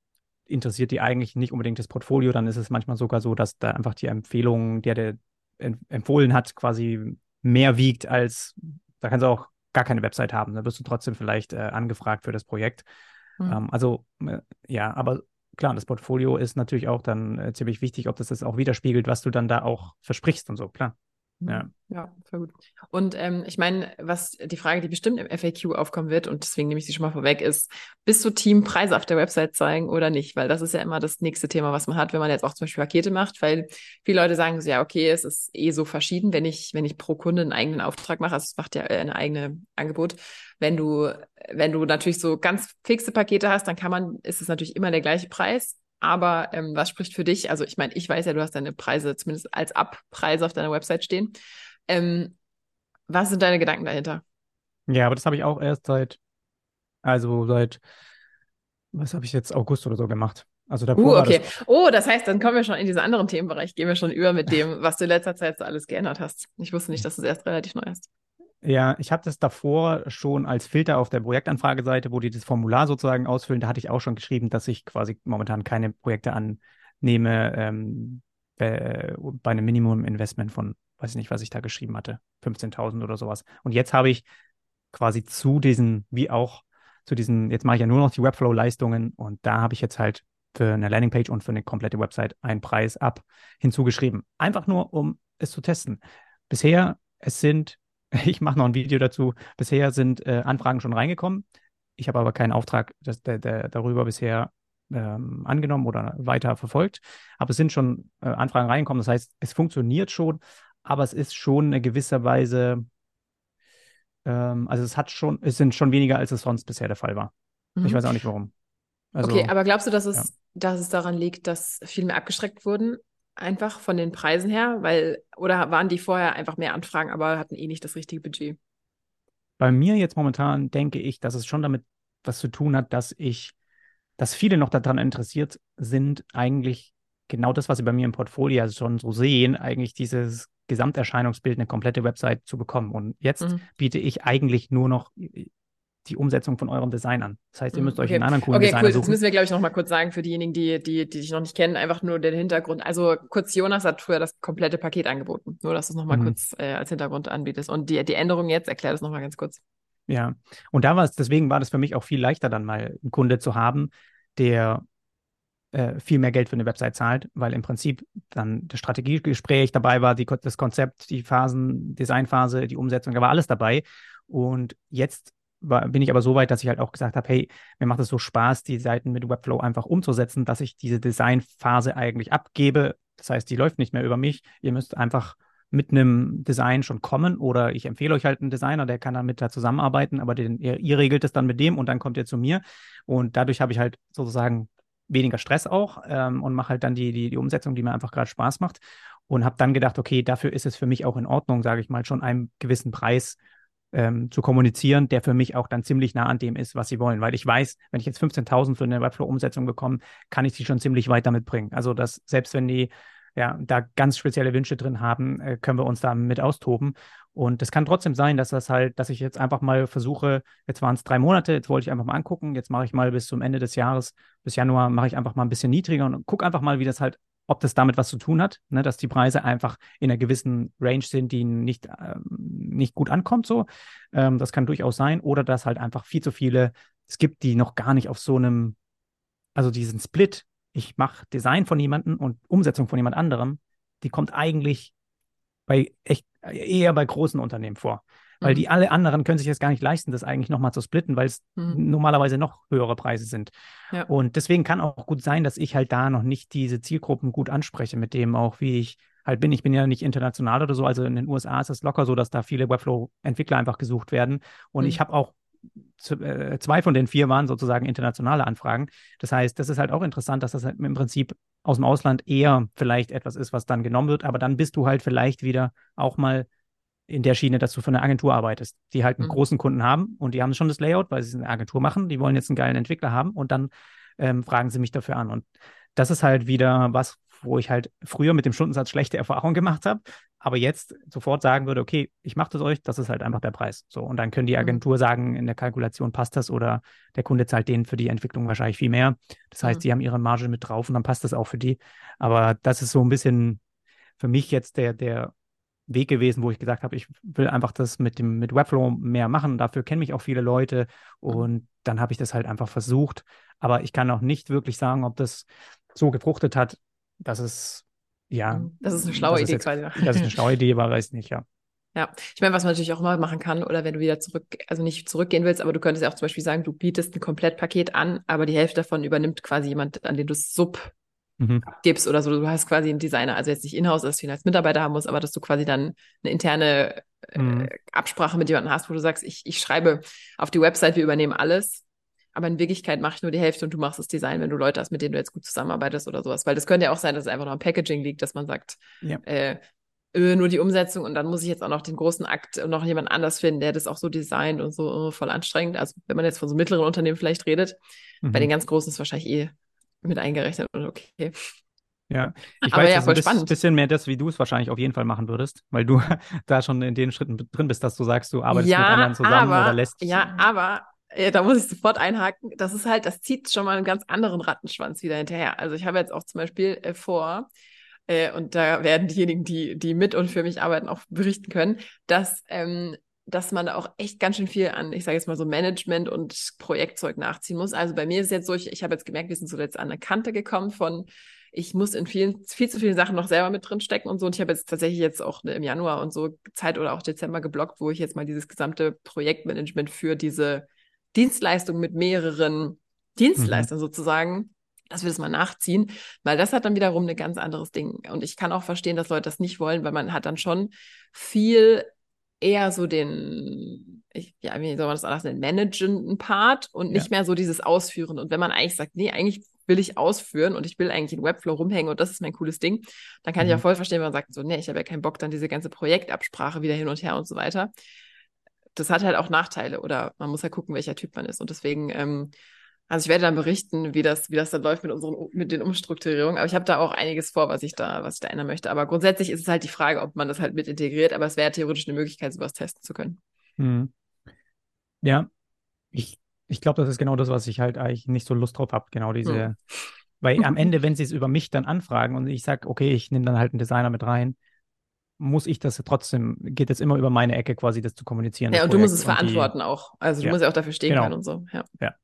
interessiert die eigentlich nicht unbedingt das Portfolio, dann ist es manchmal sogar so, dass da einfach die Empfehlung, der der em- empfohlen hat, quasi mehr wiegt als, da kannst du auch gar keine Website haben. Da wirst du trotzdem vielleicht äh, angefragt für das Projekt. Hm. Ähm, also äh, ja, aber klar, das Portfolio ist natürlich auch dann äh, ziemlich wichtig, ob das das auch widerspiegelt, was du dann da auch versprichst und so, klar. Ja. Mhm. Ja, voll gut. Und ähm, ich meine, was die Frage, die bestimmt im F A Q aufkommen wird, und deswegen nehme ich sie schon mal vorweg, ist, bist du Team Preise auf der Website zeigen oder nicht? Weil das ist ja immer das nächste Thema, was man hat, wenn man jetzt auch zum Beispiel Pakete macht, weil viele Leute sagen so, ja, okay, es ist eh so verschieden, wenn ich, wenn ich pro Kunde einen eigenen Auftrag mache, also es macht ja äh, ein eigenes Angebot. Wenn du, wenn du natürlich so ganz fixe Pakete hast, dann kann man, ist es natürlich immer der gleiche Preis. Aber ähm, was spricht für dich? Also ich meine, ich weiß ja, du hast deine Preise zumindest als Abpreise auf deiner Website stehen. Ähm, was sind deine Gedanken dahinter? Ja, aber das habe ich auch erst seit, also seit, was habe ich jetzt, August oder so gemacht. Also davor Uh, war das. okay. Oh, das heißt, dann kommen wir schon in diesen anderen Themenbereich, gehen wir schon über mit dem, was du in letzter Zeit so alles geändert hast. Ich wusste nicht, dass du es erst relativ neu hast. Ja, ich habe das davor schon als Filter auf der Projektanfrageseite, wo die das Formular sozusagen ausfüllen, da hatte ich auch schon geschrieben, dass ich quasi momentan keine Projekte annehme ähm, äh, bei einem Minimum-Investment von, weiß ich nicht, was ich da geschrieben hatte, fünfzehntausend oder sowas. Und jetzt habe ich quasi zu diesen, wie auch zu diesen, jetzt mache ich ja nur noch die Webflow-Leistungen und da habe ich jetzt halt für eine Landingpage und für eine komplette Website einen Preis ab hinzugeschrieben. Einfach nur, um es zu testen. Bisher, es sind ich mache noch ein Video dazu. Bisher sind äh, Anfragen schon reingekommen. Ich habe aber keinen Auftrag das, der, der, darüber bisher ähm, angenommen oder weiter verfolgt. Aber es sind schon äh, Anfragen reingekommen. Das heißt, es funktioniert schon, aber es ist schon eine gewisse Weise, ähm, also es hat schon, es sind schon weniger, als es sonst bisher der Fall war. Ich Mhm. weiß auch nicht warum. Okay, Also, aber glaubst du, dass ja. es, dass es daran liegt, dass viel mehr abgeschreckt wurden, einfach von den Preisen her? Weil, oder waren die vorher einfach mehr Anfragen, aber hatten eh nicht das richtige Budget? Bei mir jetzt momentan denke ich, dass es schon damit was zu tun hat, dass ich dass viele noch daran interessiert sind, eigentlich genau das, was sie bei mir im Portfolio also schon so sehen, eigentlich dieses Gesamterscheinungsbild, eine komplette Website zu bekommen. Und jetzt Mhm. biete ich eigentlich nur noch die Umsetzung von eurem Design an. Das heißt, ihr Mhm, müsst euch einen okay. anderen coolen Okay, Designer cool. Das suchen. müssen wir, glaube ich, noch mal kurz sagen für diejenigen, die, die, die dich noch nicht kennen. Einfach nur den Hintergrund. Also kurz, Jonas hat früher das komplette Paket angeboten. Nur, dass du es noch mal Mhm. kurz äh, als Hintergrund anbietest. Und die, die Änderung jetzt, erklär das noch mal ganz kurz. Ja, und da war es, deswegen war das für mich auch viel leichter, dann mal einen Kunde zu haben, der äh, viel mehr Geld für eine Website zahlt, weil im Prinzip dann das Strategiegespräch dabei war, die, das Konzept, die Phasen, Designphase, die Umsetzung, da war alles dabei. Und jetzt war, bin ich aber so weit, dass ich halt auch gesagt habe, hey, mir macht es so Spaß, die Seiten mit Webflow einfach umzusetzen, dass ich diese Designphase eigentlich abgebe. Das heißt, die läuft nicht mehr über mich. Ihr müsst einfach mit einem Design schon kommen oder ich empfehle euch halt einen Designer, der kann dann mit da zusammenarbeiten, aber den, ihr, ihr regelt es dann mit dem und dann kommt ihr zu mir. Und dadurch habe ich halt sozusagen weniger Stress auch ähm, und mache halt dann die, die, die Umsetzung, die mir einfach gerade Spaß macht. Und habe dann gedacht, okay, dafür ist es für mich auch in Ordnung, sage ich mal, schon einen gewissen Preis ähm, zu kommunizieren, der für mich auch dann ziemlich nah an dem ist, was sie wollen. Weil ich weiß, wenn ich jetzt fünfzehntausend für eine Webflow-Umsetzung bekomme, kann ich die schon ziemlich weit damit bringen. Also, dass selbst wenn die ja, da ganz spezielle Wünsche drin haben, äh, können wir uns da mit austoben. Und es kann trotzdem sein, dass das halt, dass ich jetzt einfach mal versuche, jetzt waren es drei Monate, jetzt wollte ich einfach mal angucken, jetzt mache ich mal bis zum Ende des Jahres, bis Januar, mache ich einfach mal ein bisschen niedriger und gucke einfach mal, wie das halt, ob das damit was zu tun hat, ne, dass die Preise einfach in einer gewissen Range sind, die nicht, ähm, nicht gut ankommt, so. Ähm, das kann durchaus sein. Oder dass halt einfach viel zu viele es gibt, die noch gar nicht auf so einem, also diesen Split, ich mache Design von jemandem und Umsetzung von jemand anderem, die kommt eigentlich bei echt eher bei großen Unternehmen vor. Weil die Mhm. alle anderen können sich das gar nicht leisten, das eigentlich nochmal zu splitten, weil es Mhm. normalerweise noch höhere Preise sind. Ja. Und deswegen kann auch gut sein, dass ich halt da noch nicht diese Zielgruppen gut anspreche, mit dem auch, wie ich halt bin. Ich bin ja nicht international oder so, also in den U S A ist es locker so, dass da viele Webflow-Entwickler einfach gesucht werden. Und ich Mhm. habe auch z- äh, zwei von den vier waren sozusagen internationale Anfragen. Das heißt, das ist halt auch interessant, dass das halt im Prinzip aus dem Ausland eher vielleicht etwas ist, was dann genommen wird, aber dann bist du halt vielleicht wieder auch mal in der Schiene, dass du für eine Agentur arbeitest, die halt einen Mhm. großen Kunden haben und die haben schon das Layout, weil sie es in der Agentur machen, die wollen jetzt einen geilen Entwickler haben und dann ähm, fragen sie mich dafür an. Und das ist halt wieder was, wo ich halt früher mit dem Stundensatz schlechte Erfahrungen gemacht habe, aber jetzt sofort sagen würde, okay, ich mache das euch, das ist halt einfach der Preis. So, und dann können die Mhm. Agentur sagen, in der Kalkulation passt das oder der Kunde zahlt denen für die Entwicklung wahrscheinlich viel mehr. Das heißt, Mhm. die haben ihre Marge mit drauf und dann passt das auch für die. Aber das ist so ein bisschen für mich jetzt der, der Weg gewesen, wo ich gesagt habe, ich will einfach das mit dem mit Webflow mehr machen. Dafür kennen mich auch viele Leute Mhm. und dann habe ich das halt einfach versucht. Aber ich kann auch nicht wirklich sagen, ob das so gefruchtet hat, dass es ja, Mhm. Das ist eine schlaue dass es Idee jetzt, quasi. dass es eine schlaue Idee war, weiß nicht, ja. Ja, ich meine, was man natürlich auch immer machen kann, oder wenn du wieder zurück, also nicht zurückgehen willst, aber du könntest ja auch zum Beispiel sagen, du bietest ein Komplettpaket an, aber die Hälfte davon übernimmt quasi jemand, an den du es sub Mhm. gibst oder so. Du hast quasi einen Designer, also jetzt nicht in-house, dass du ihn als Mitarbeiter haben musst, aber dass du quasi dann eine interne Mhm. äh, Absprache mit jemandem hast, wo du sagst, ich, ich schreibe auf die Website, wir übernehmen alles, aber in Wirklichkeit mache ich nur die Hälfte und du machst das Design, wenn du Leute hast, mit denen du jetzt gut zusammenarbeitest oder sowas. Weil das könnte ja auch sein, dass es einfach noch am Packaging liegt, dass man sagt, Ja. äh, äh, nur die Umsetzung und dann muss ich jetzt auch noch den großen Akt und noch jemand anders finden, der das auch so designt und so äh, voll anstrengend. Also wenn man jetzt von so mittleren Unternehmen vielleicht redet, bei Mhm. den ganz großen ist es wahrscheinlich eh mit eingerechnet und okay. Ja, ich Aber weiß, ja, das ist ein voll bis- spannend. bisschen mehr das, wie du es wahrscheinlich auf jeden Fall machen würdest, weil du da schon in den Schritten drin bist, dass du sagst, du arbeitest mit Ja, anderen zusammen oder aber, lässt. ja, aber, äh, da muss ich sofort einhaken. Das ist halt, das zieht schon mal einen ganz anderen Rattenschwanz wieder hinterher. Also ich habe jetzt auch zum Beispiel äh, vor, äh, und da werden diejenigen, die, die mit und für mich arbeiten, auch berichten können, dass, ähm, dass man da auch echt ganz schön viel an, ich sage jetzt mal so Management und Projektzeug nachziehen muss. Also bei mir ist es jetzt so, ich, ich habe jetzt gemerkt, wir sind so jetzt an eine Kante gekommen von, ich muss in vielen, viel zu vielen Sachen noch selber mit drin stecken und so. Und ich habe jetzt tatsächlich jetzt auch im Januar und so Zeit oder auch Dezember geblockt, wo ich jetzt mal dieses gesamte Projektmanagement für diese Dienstleistung mit mehreren Mhm. Dienstleistern sozusagen, dass wir das mal nachziehen, weil das hat dann wiederum ein ganz anderes Ding. Und ich kann auch verstehen, dass Leute das nicht wollen, weil man hat dann schon viel eher so den, ich, ja, wie soll man das auch sagen, den managenden Part und Ja. nicht mehr so dieses Ausführen. Und wenn man eigentlich sagt, nee, eigentlich will ich ausführen und ich will eigentlich in Webflow rumhängen und das ist mein cooles Ding, dann kann ich auch Mhm. voll verstehen, wenn man sagt, so, nee, ich habe ja keinen Bock, dann diese ganze Projektabsprache wieder hin und her und so weiter. Das hat halt auch Nachteile oder man muss ja gucken, welcher Typ man ist. Und deswegen, ähm, also ich werde dann berichten, wie das, wie das dann läuft mit unseren, mit den Umstrukturierungen. Aber ich habe da auch einiges vor, was ich da, was ich da ändern möchte. Aber grundsätzlich ist es halt die Frage, ob man das halt mit integriert. Aber es wäre theoretisch eine Möglichkeit, sowas testen zu können. Mhm. Ja, ich, ich glaube, das ist genau das, was ich halt eigentlich nicht so Lust drauf habe. Genau Hm. diese, weil am Ende, wenn sie es über mich dann anfragen und ich sage, okay, ich nehme dann halt einen Designer mit rein, muss ich das trotzdem, geht es immer über meine Ecke quasi, das zu kommunizieren, das Ja, und du musst Projekt es und die, verantworten auch. Also du ja, musst ja auch dafür stehen können genau, und so. Ja. ja.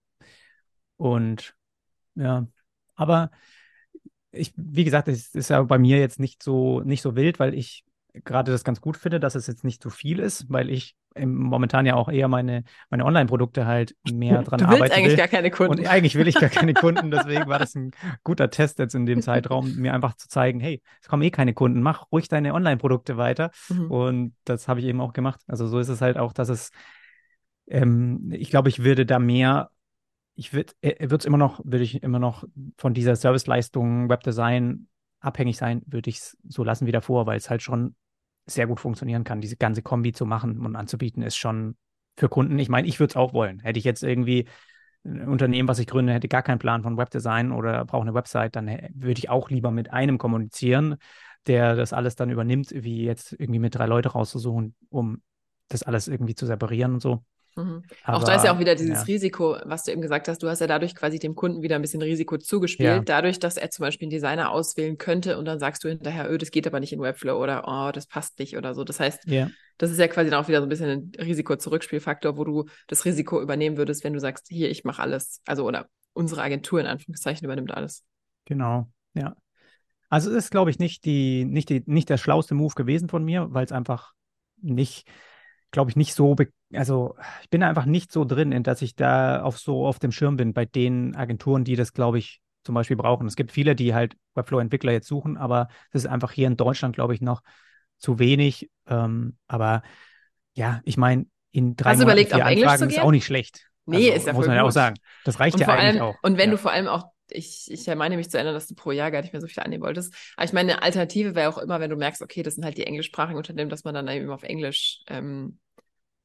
Und ja, aber ich, wie gesagt, es ist ja bei mir jetzt nicht so, nicht so wild, weil ich gerade das ganz gut finde, dass es jetzt nicht zu viel ist, weil ich im, momentan ja auch eher meine, meine Online-Produkte halt mehr dran Du willst arbeiten eigentlich will. gar keine Und Kunden. eigentlich will ich gar keine Kunden, deswegen war das ein guter Test jetzt in dem Zeitraum, mir einfach zu zeigen, hey, es kommen eh keine Kunden, mach ruhig deine Online-Produkte weiter. Mhm. Und das habe ich eben auch gemacht. Also so ist es halt auch, dass es, ähm, ich glaube, ich würde da mehr ich würde es immer noch, würde ich immer noch von dieser Serviceleistung Webdesign abhängig sein, würde ich es so lassen wie davor, weil es halt schon sehr gut funktionieren kann. Diese ganze Kombi zu machen und anzubieten, ist schon für Kunden. Ich meine, ich würde es auch wollen. Hätte ich jetzt irgendwie ein Unternehmen, was ich gründe, hätte gar keinen Plan von Webdesign oder brauche eine Website, dann hä- würde ich auch lieber mit einem kommunizieren, der das alles dann übernimmt, wie jetzt irgendwie mit drei Leute rauszusuchen, um das alles irgendwie zu separieren und so. Mhm. Auch da ist ja auch Aber wieder dieses ja, Risiko, was du eben gesagt hast. Du hast ja dadurch quasi dem Kunden wieder ein bisschen Risiko ja, zugespielt, dadurch, dass er zum Beispiel einen Designer auswählen könnte und dann sagst du hinterher, öh, das geht aber nicht in Webflow oder oh, das passt nicht oder so. Das heißt, ja. das ist ja quasi dann auch wieder so ein bisschen ein Risiko-Zurückspielfaktor, wo du das Risiko übernehmen würdest, wenn du sagst, hier, ich mache alles. Also, oder unsere Agentur in Anführungszeichen übernimmt alles. Genau, ja. Also es ist, glaube ich, nicht die, nicht die, nicht der schlauste Move gewesen von mir, weil es einfach nicht, glaube ich, nicht so, be also ich bin einfach nicht so drin, in dass ich da auf so auf dem Schirm bin bei den Agenturen, die das, glaube ich, zum Beispiel brauchen. Es gibt viele, die halt Webflow-Entwickler jetzt suchen, aber das ist einfach hier in Deutschland, glaube ich, noch zu wenig. Ähm, aber ja, ich meine, in drei Hast du Monaten überlegt, auf vier Englisch zu Anfragen ist gehen? auch nicht schlecht. Nee, ist Also ja muss voll man ja auch gut. sagen. Das reicht Und ja vor eigentlich allem, auch. und wenn du Ja. vor allem auch, ich, ich meine mich zu erinnern, dass du pro Jahr gar nicht mehr so viel annehmen wolltest. Aber ich meine, eine Alternative wäre auch immer, wenn du merkst, okay, das sind halt die englischsprachigen Unternehmen, dass man dann eben auf Englisch ähm,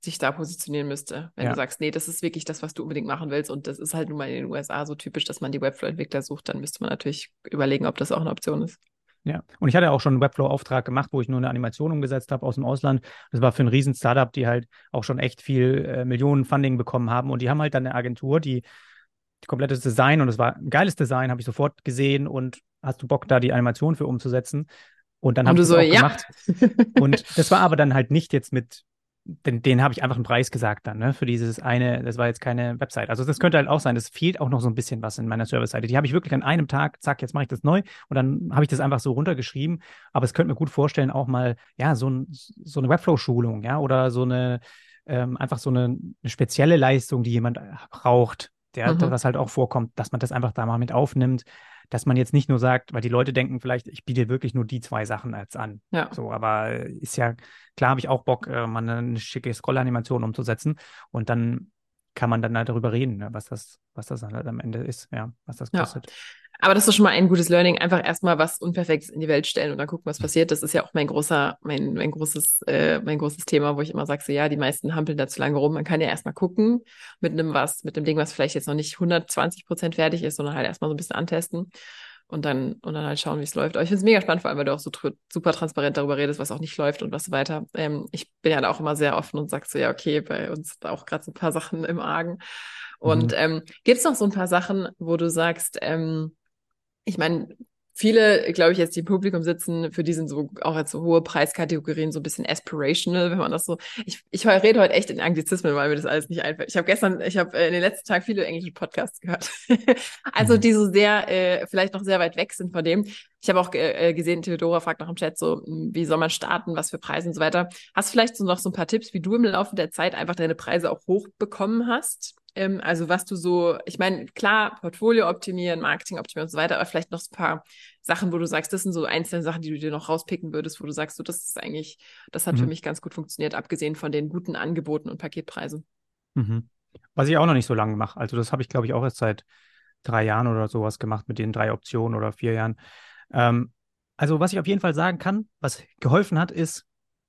sich da positionieren müsste. Wenn Ja. du sagst, nee, das ist wirklich das, was du unbedingt machen willst und das ist halt nun mal in den U S A so typisch, dass man die Webflow-Entwickler sucht, dann müsste man natürlich überlegen, ob das auch eine Option ist. Ja, und ich hatte auch schon einen Webflow-Auftrag gemacht, wo ich nur eine Animation umgesetzt habe aus dem Ausland. Das war für ein riesen Startup, die halt auch schon echt viel äh, Millionen Funding bekommen haben. Und die haben halt dann eine Agentur, die, die komplettes Design, und es war ein geiles Design, habe ich sofort gesehen und hast du Bock, da die Animation für umzusetzen? Und dann Und habe ich du das so, auch ja. gemacht. Und das war aber dann halt nicht jetzt mit, den, den habe ich einfach einen Preis gesagt dann, ne, für dieses eine, das war jetzt keine Website. Also das könnte halt auch sein, das fehlt auch noch so ein bisschen was in meiner Service-Seite. Die habe ich wirklich an einem Tag, zack, jetzt mache ich das neu und dann habe ich das einfach so runtergeschrieben. Aber es könnte mir gut vorstellen, auch mal, ja, so, ein, so eine Webflow-Schulung, ja, oder so eine, ähm, einfach so eine, eine spezielle Leistung, die jemand braucht, der, das, Mhm. was halt auch vorkommt, dass man das einfach da mal mit aufnimmt, dass man jetzt nicht nur sagt, weil die Leute denken vielleicht, ich biete wirklich nur die zwei Sachen als an. Ja. So, aber ist ja, klar habe ich auch Bock, äh, mal eine, eine schicke Scroll-Animation umzusetzen und dann kann man dann halt darüber reden, ne, was das, was das dann halt am Ende ist, ja, was das Ja. kostet. Aber das ist schon mal ein gutes Learning. Einfach erstmal was Unperfektes in die Welt stellen und dann gucken, was passiert. Das ist ja auch mein großer, mein, mein großes, äh, mein großes Thema, wo ich immer sage, so, ja, die meisten hampeln da zu lange rum. Man kann ja erstmal gucken mit einem was, mit einem Ding, was vielleicht jetzt noch nicht hundertzwanzig Prozent fertig ist, sondern halt erstmal so ein bisschen antesten und dann, und dann halt schauen, wie es läuft. Aber ich finde es mega spannend, vor allem, weil du auch so tr- super transparent darüber redest, was auch nicht läuft und was weiter. Ähm, ich bin ja da auch immer sehr offen und sag so, ja, okay, bei uns sind auch gerade so ein paar Sachen im Argen. Und Mhm. ähm, gibt es noch so ein paar Sachen, wo du sagst, ähm, ich meine, viele, glaube ich, jetzt die im Publikum sitzen, für die sind so auch jetzt so hohe Preiskategorien so ein bisschen aspirational, wenn man das so. Ich, ich rede heute echt in Anglizismen, weil mir das alles nicht einfällt. Ich habe gestern, ich habe äh, in den letzten Tagen viele englische Podcasts gehört. Also Mhm. die so sehr, äh, vielleicht noch sehr weit weg sind von dem. Ich habe auch äh, gesehen, Theodora fragt noch im Chat so, wie soll man starten, was für Preise und so weiter. Hast du vielleicht so noch so ein paar Tipps, wie du im Laufe der Zeit einfach deine Preise auch hochbekommen hast? Ähm, also was du so, ich meine, klar, Portfolio optimieren, Marketing optimieren und so weiter, aber vielleicht noch so ein paar Sachen, wo du sagst, das sind so einzelne Sachen, die du dir noch rauspicken würdest, wo du sagst, so, das ist eigentlich, das hat für Mhm. mich ganz gut funktioniert, abgesehen von den guten Angeboten und Paketpreisen. Mhm. Was ich auch noch nicht so lange mache, also das habe ich, glaube ich, auch erst seit drei Jahren oder sowas gemacht mit den drei Optionen oder vier Jahren. Ähm, also was ich auf jeden Fall sagen kann, was geholfen hat, ist,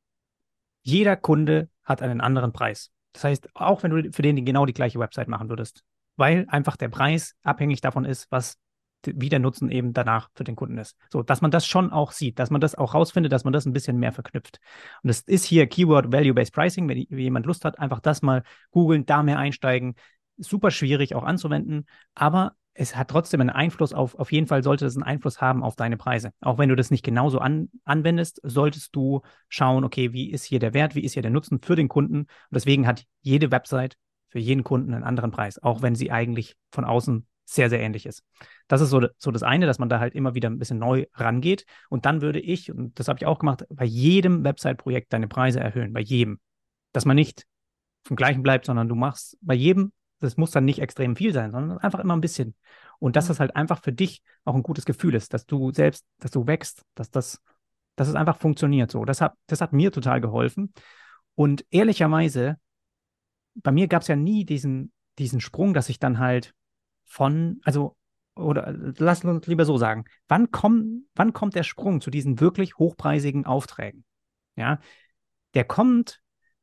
jeder Kunde hat einen anderen Preis. Das heißt, auch wenn du für den genau die gleiche Website machen würdest, weil einfach der Preis abhängig davon ist, was wie der Nutzen eben danach für den Kunden ist. So, dass man das schon auch sieht, dass man das auch rausfindet, dass man das ein bisschen mehr verknüpft. Und das ist hier Keyword Value-Based Pricing, wenn jemand Lust hat, einfach das mal googeln, da mehr einsteigen. Super schwierig auch anzuwenden, aber es hat trotzdem einen Einfluss auf, auf jeden Fall sollte es einen Einfluss haben auf deine Preise. Auch wenn du das nicht genauso an, anwendest, solltest du schauen, okay, wie ist hier der Wert, wie ist hier der Nutzen für den Kunden. Und deswegen hat jede Website für jeden Kunden einen anderen Preis, auch wenn sie eigentlich von außen sehr, sehr ähnlich ist. Das ist so, so das eine, dass man da halt immer wieder ein bisschen neu rangeht. Und dann würde ich, und das habe ich auch gemacht, bei jedem Website-Projekt deine Preise erhöhen, bei jedem. Dass man nicht vom Gleichen bleibt, sondern du machst bei jedem, das muss dann nicht extrem viel sein, sondern einfach immer ein bisschen. Und dass Mhm. das halt einfach für dich auch ein gutes Gefühl ist, dass du selbst, dass du wächst, dass das, dass es einfach funktioniert so. Das hat, das hat mir total geholfen. Und ehrlicherweise, bei mir gab es ja nie diesen, diesen Sprung, dass ich dann halt von, also, oder lass uns lieber so sagen, wann, komm, wann kommt der Sprung zu diesen wirklich hochpreisigen Aufträgen? Ja, der kommt,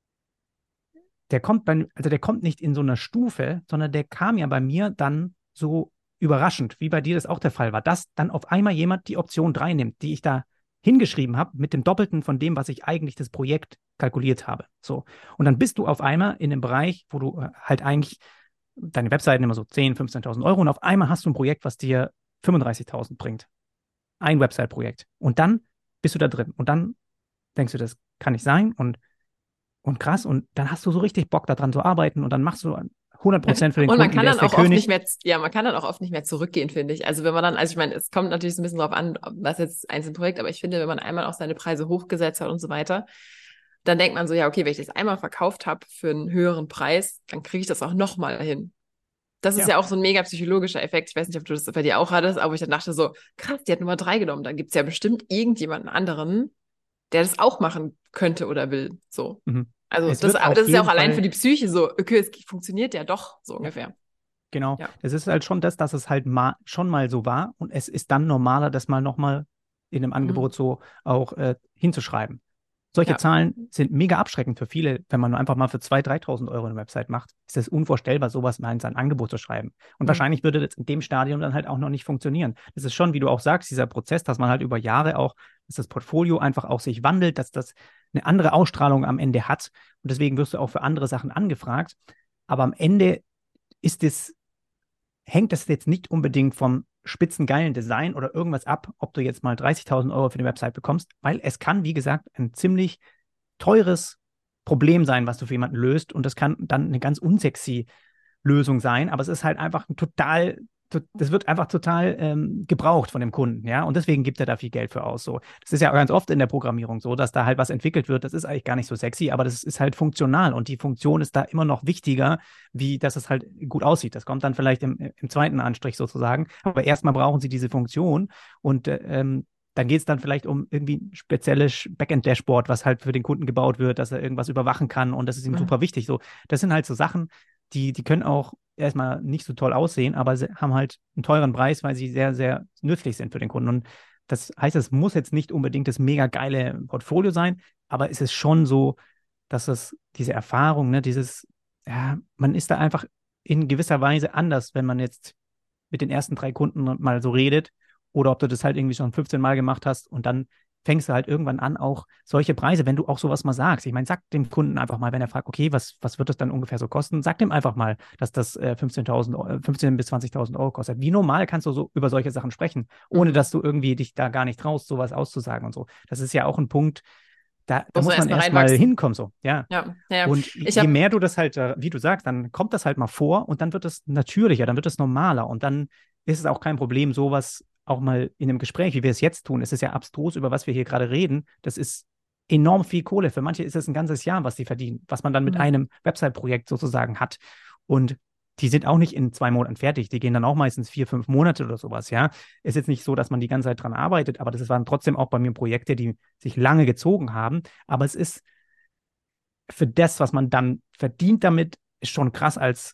der kommt bei, also der kommt nicht in so einer Stufe, sondern der kam ja bei mir dann so überraschend, wie bei dir das auch der Fall war, dass dann auf einmal jemand die Option drei nimmt, die ich da hingeschrieben habe, mit dem Doppelten von dem, was ich eigentlich das Projekt kalkuliert habe. So. Und dann bist du auf einmal in einem Bereich, wo du äh, halt eigentlich deine Webseiten immer so zehntausend, fünfzehntausend Euro und auf einmal hast du ein Projekt, was dir fünfunddreißigtausend bringt. Ein Website-Projekt. Und dann bist du da drin. Und dann denkst du, das kann nicht sein und, und krass. Und dann hast du so richtig Bock daran zu arbeiten und dann machst du hundert Prozent für den Und man Kunden, kann der dann ist der auch oft nicht König. mehr, ja, man kann dann auch oft nicht mehr zurückgehen, finde ich. Also wenn man dann, also ich meine, es kommt natürlich so ein bisschen drauf an, was jetzt einzelne Projekt, aber ich finde, wenn man einmal auch seine Preise hochgesetzt hat und so weiter, dann denkt man so, ja, okay, wenn ich das einmal verkauft habe für einen höheren Preis, dann kriege ich das auch nochmal hin. Das ist Ja, ja auch so ein mega psychologischer Effekt. Ich weiß nicht, ob du das bei dir auch hattest, aber ich dann dachte so, krass, die hat Nummer drei genommen. Dann gibt es ja bestimmt irgendjemanden anderen, der das auch machen könnte oder will. So. mhm. Also Es das, wird auf das ist ja auch jeden allein für Fall, die Psyche so, okay, es funktioniert ja doch so ja, ungefähr. genau. Ja. Es ist halt schon das, dass es halt mal, schon mal so war und es ist dann normaler, das mal nochmal in einem Mhm. Angebot so auch äh, hinzuschreiben. Solche Ja. Zahlen sind mega abschreckend für viele. Wenn man nur einfach mal für zweitausend, dreitausend Euro eine Website macht, ist es unvorstellbar, sowas mal in sein Angebot zu schreiben. Und Mhm. wahrscheinlich würde das in dem Stadium dann halt auch noch nicht funktionieren. Das ist schon, wie du auch sagst, dieser Prozess, dass man halt über Jahre auch, dass das Portfolio einfach auch sich wandelt, dass das eine andere Ausstrahlung am Ende hat. Und deswegen wirst du auch für andere Sachen angefragt. Aber am Ende ist es, hängt das jetzt nicht unbedingt vom spitzengeilen Design oder irgendwas ab, ob du jetzt mal dreißigtausend Euro für eine Website bekommst, weil es kann, wie gesagt, ein ziemlich teures Problem sein, was du für jemanden löst. Und das kann dann eine ganz unsexy Lösung sein, aber es ist halt einfach ein total, das wird einfach total ähm, gebraucht von dem Kunden, ja. Und deswegen gibt er da viel Geld für aus. So. Das ist ja ganz oft in der Programmierung so, dass da halt was entwickelt wird. Das ist eigentlich gar nicht so sexy, aber das ist halt funktional und die Funktion ist da immer noch wichtiger, wie dass es halt gut aussieht. Das kommt dann vielleicht im, im zweiten Anstrich sozusagen. Aber erstmal brauchen sie diese Funktion und äh, ähm, dann geht es dann vielleicht um irgendwie ein spezielles Backend-Dashboard, was halt für den Kunden gebaut wird, dass er irgendwas überwachen kann und das ist ihm Mhm. super wichtig. So, das sind halt so Sachen, die, die können auch erstmal nicht so toll aussehen, aber sie haben halt einen teuren Preis, weil sie sehr, sehr nützlich sind für den Kunden. Und das heißt, es muss jetzt nicht unbedingt das mega geile Portfolio sein, aber es ist schon so, dass es diese Erfahrung, ne, dieses, ja, man ist da einfach in gewisser Weise anders, wenn man jetzt mit den ersten drei Kunden mal so redet oder ob du das halt irgendwie schon fünfzehn Mal gemacht hast und dann fängst du halt irgendwann an, auch solche Preise, wenn du auch sowas mal sagst. Ich meine, sag dem Kunden einfach mal, wenn er fragt, okay, was, was wird das dann ungefähr so kosten? Sag dem einfach mal, dass das äh, fünfzehntausend, fünfzehn bis zwanzigtausend Euro kostet. Wie normal kannst du so über solche Sachen sprechen, ohne Mhm. dass du irgendwie dich da gar nicht traust, sowas auszusagen und so. Das ist ja auch ein Punkt, da, da Muss man muss man erstmal erst mal reinwachsen. hinkommen, so, ja. Ja, ja. Und Ich je habe mehr du das halt, äh, wie du sagst, dann kommt das halt mal vor und dann wird es natürlicher, dann wird es normaler und dann ist es auch kein Problem, sowas auch mal in einem Gespräch, wie wir es jetzt tun. Es ist ja abstrus, über was wir hier gerade reden. Das ist enorm viel Kohle. Für manche ist es ein ganzes Jahr, was sie verdienen, was man dann mit Mhm. einem Website-Projekt sozusagen hat. Und die sind auch nicht in zwei Monaten fertig. Die gehen dann auch meistens vier, fünf Monate oder sowas, ja. Ist jetzt nicht so, dass man die ganze Zeit dran arbeitet, aber das waren trotzdem auch bei mir Projekte, die sich lange gezogen haben. Aber es ist für das, was man dann verdient damit, ist schon krass als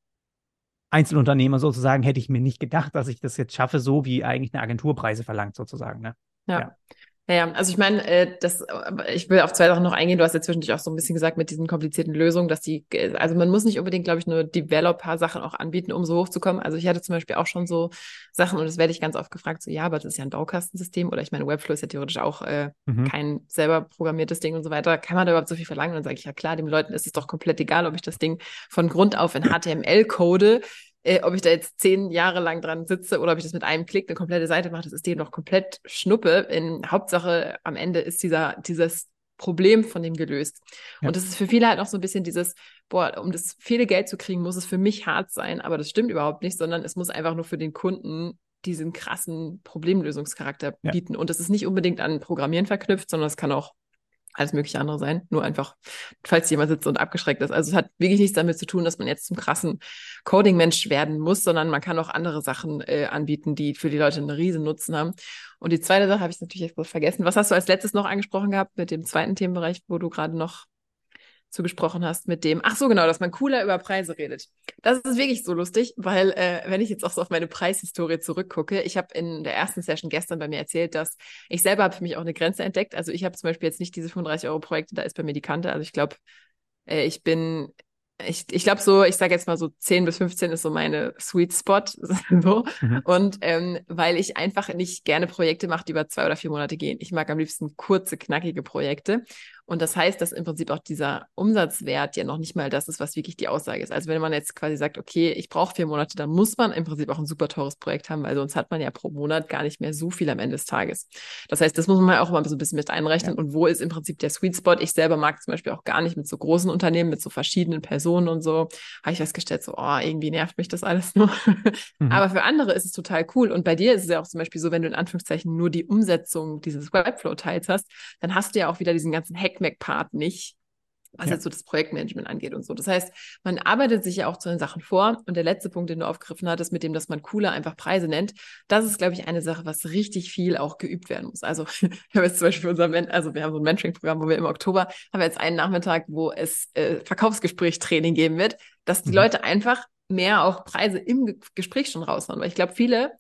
Einzelunternehmer sozusagen, hätte ich mir nicht gedacht, dass ich das jetzt schaffe, so wie eigentlich eine Agenturpreise verlangt sozusagen, ne? Ja. Ja. Ja, ja, also ich meine, äh, das, aber ich will auf zwei Sachen noch eingehen. Du hast ja zwischendurch auch so ein bisschen gesagt mit diesen komplizierten Lösungen, dass die, äh, also man muss nicht unbedingt, glaube ich, nur Developer-Sachen auch anbieten, um so hochzukommen. Also ich hatte zum Beispiel auch schon so Sachen und das werde ich ganz oft gefragt, so ja, aber das ist ja ein Baukastensystem oder ich meine, Webflow ist ja theoretisch auch äh, Mhm. kein selber programmiertes Ding und so weiter. Kann man da überhaupt so viel verlangen? Und dann sage ich, ja klar, den Leuten ist es doch komplett egal, ob ich das Ding von Grund auf in H T M L code, äh, ob ich da jetzt zehn Jahre lang dran sitze oder ob ich das mit einem Klick eine komplette Seite mache, das ist denen doch komplett Schnuppe. In Hauptsache am Ende ist dieser, dieses Problem von dem gelöst. Ja. Und das ist für viele halt auch so ein bisschen dieses, boah, um das viele Geld zu kriegen, muss es für mich hart sein, aber das stimmt überhaupt nicht, sondern es muss einfach nur für den Kunden diesen krassen Problemlösungscharakter Ja. bieten. Und das ist nicht unbedingt an Programmieren verknüpft, sondern es kann auch alles mögliche andere sein. Nur einfach, falls jemand sitzt und abgeschreckt ist. Also es hat wirklich nichts damit zu tun, dass man jetzt zum krassen Coding-Mensch werden muss, sondern man kann auch andere Sachen äh, anbieten, die für die Leute einen riesen Nutzen haben. Und die zweite Sache habe ich natürlich jetzt vergessen. Was hast du als letztes noch angesprochen gehabt mit dem zweiten Themenbereich, wo du gerade noch zugesprochen hast mit dem, ach so genau, dass man cooler über Preise redet. Das ist wirklich so lustig, weil äh, wenn ich jetzt auch so auf meine Preishistorie zurückgucke, ich habe in der ersten Session gestern bei mir erzählt, dass ich selber habe für mich auch eine Grenze entdeckt. Also ich habe zum Beispiel jetzt nicht diese fünfunddreißig Euro Projekte, da ist bei mir die Kante. Also ich glaube, äh, ich bin, ich, ich glaube so, ich sage jetzt mal so zehn bis fünfzehn ist so meine Sweet Spot. so. Mhm. Und ähm, weil ich einfach nicht gerne Projekte mache, die über zwei oder vier Monate gehen. Ich mag am liebsten kurze, knackige Projekte. Und das heißt, dass im Prinzip auch dieser Umsatzwert ja noch nicht mal das ist, was wirklich die Aussage ist. Also wenn man jetzt quasi sagt, okay, ich brauche vier Monate, dann muss man im Prinzip auch ein super teures Projekt haben, weil sonst hat man ja pro Monat gar nicht mehr so viel am Ende des Tages. Das heißt, das muss man auch mal so ein bisschen mit einrechnen. Ja. Und wo ist im Prinzip der Sweet Spot? Ich selber mag zum Beispiel auch gar nicht mit so großen Unternehmen, mit so verschiedenen Personen und so. Habe ich festgestellt, so, oh, irgendwie nervt mich das alles nur. Mhm. Aber für andere ist es total cool. Und bei dir ist es ja auch zum Beispiel so, wenn du in Anführungszeichen nur die Umsetzung dieses Webflow-Teils hast, dann hast du ja auch wieder diesen ganzen Hackmack-Part nicht, was Ja. jetzt so das Projektmanagement angeht und so. Das heißt, man arbeitet sich ja auch zu den Sachen vor. Und der letzte Punkt, den du aufgegriffen hattest, mit dem, dass man cooler einfach Preise nennt, das ist, glaube ich, eine Sache, was richtig viel auch geübt werden muss. Also wir haben jetzt zum Beispiel unser, Men also wir haben so ein Mentoring-Programm, wo wir im Oktober haben wir jetzt einen Nachmittag, wo es äh, Verkaufsgespräch-Training geben wird, dass die Mhm. Leute einfach mehr auch Preise im Ge Gespräch schon raushauen. Weil ich glaube, viele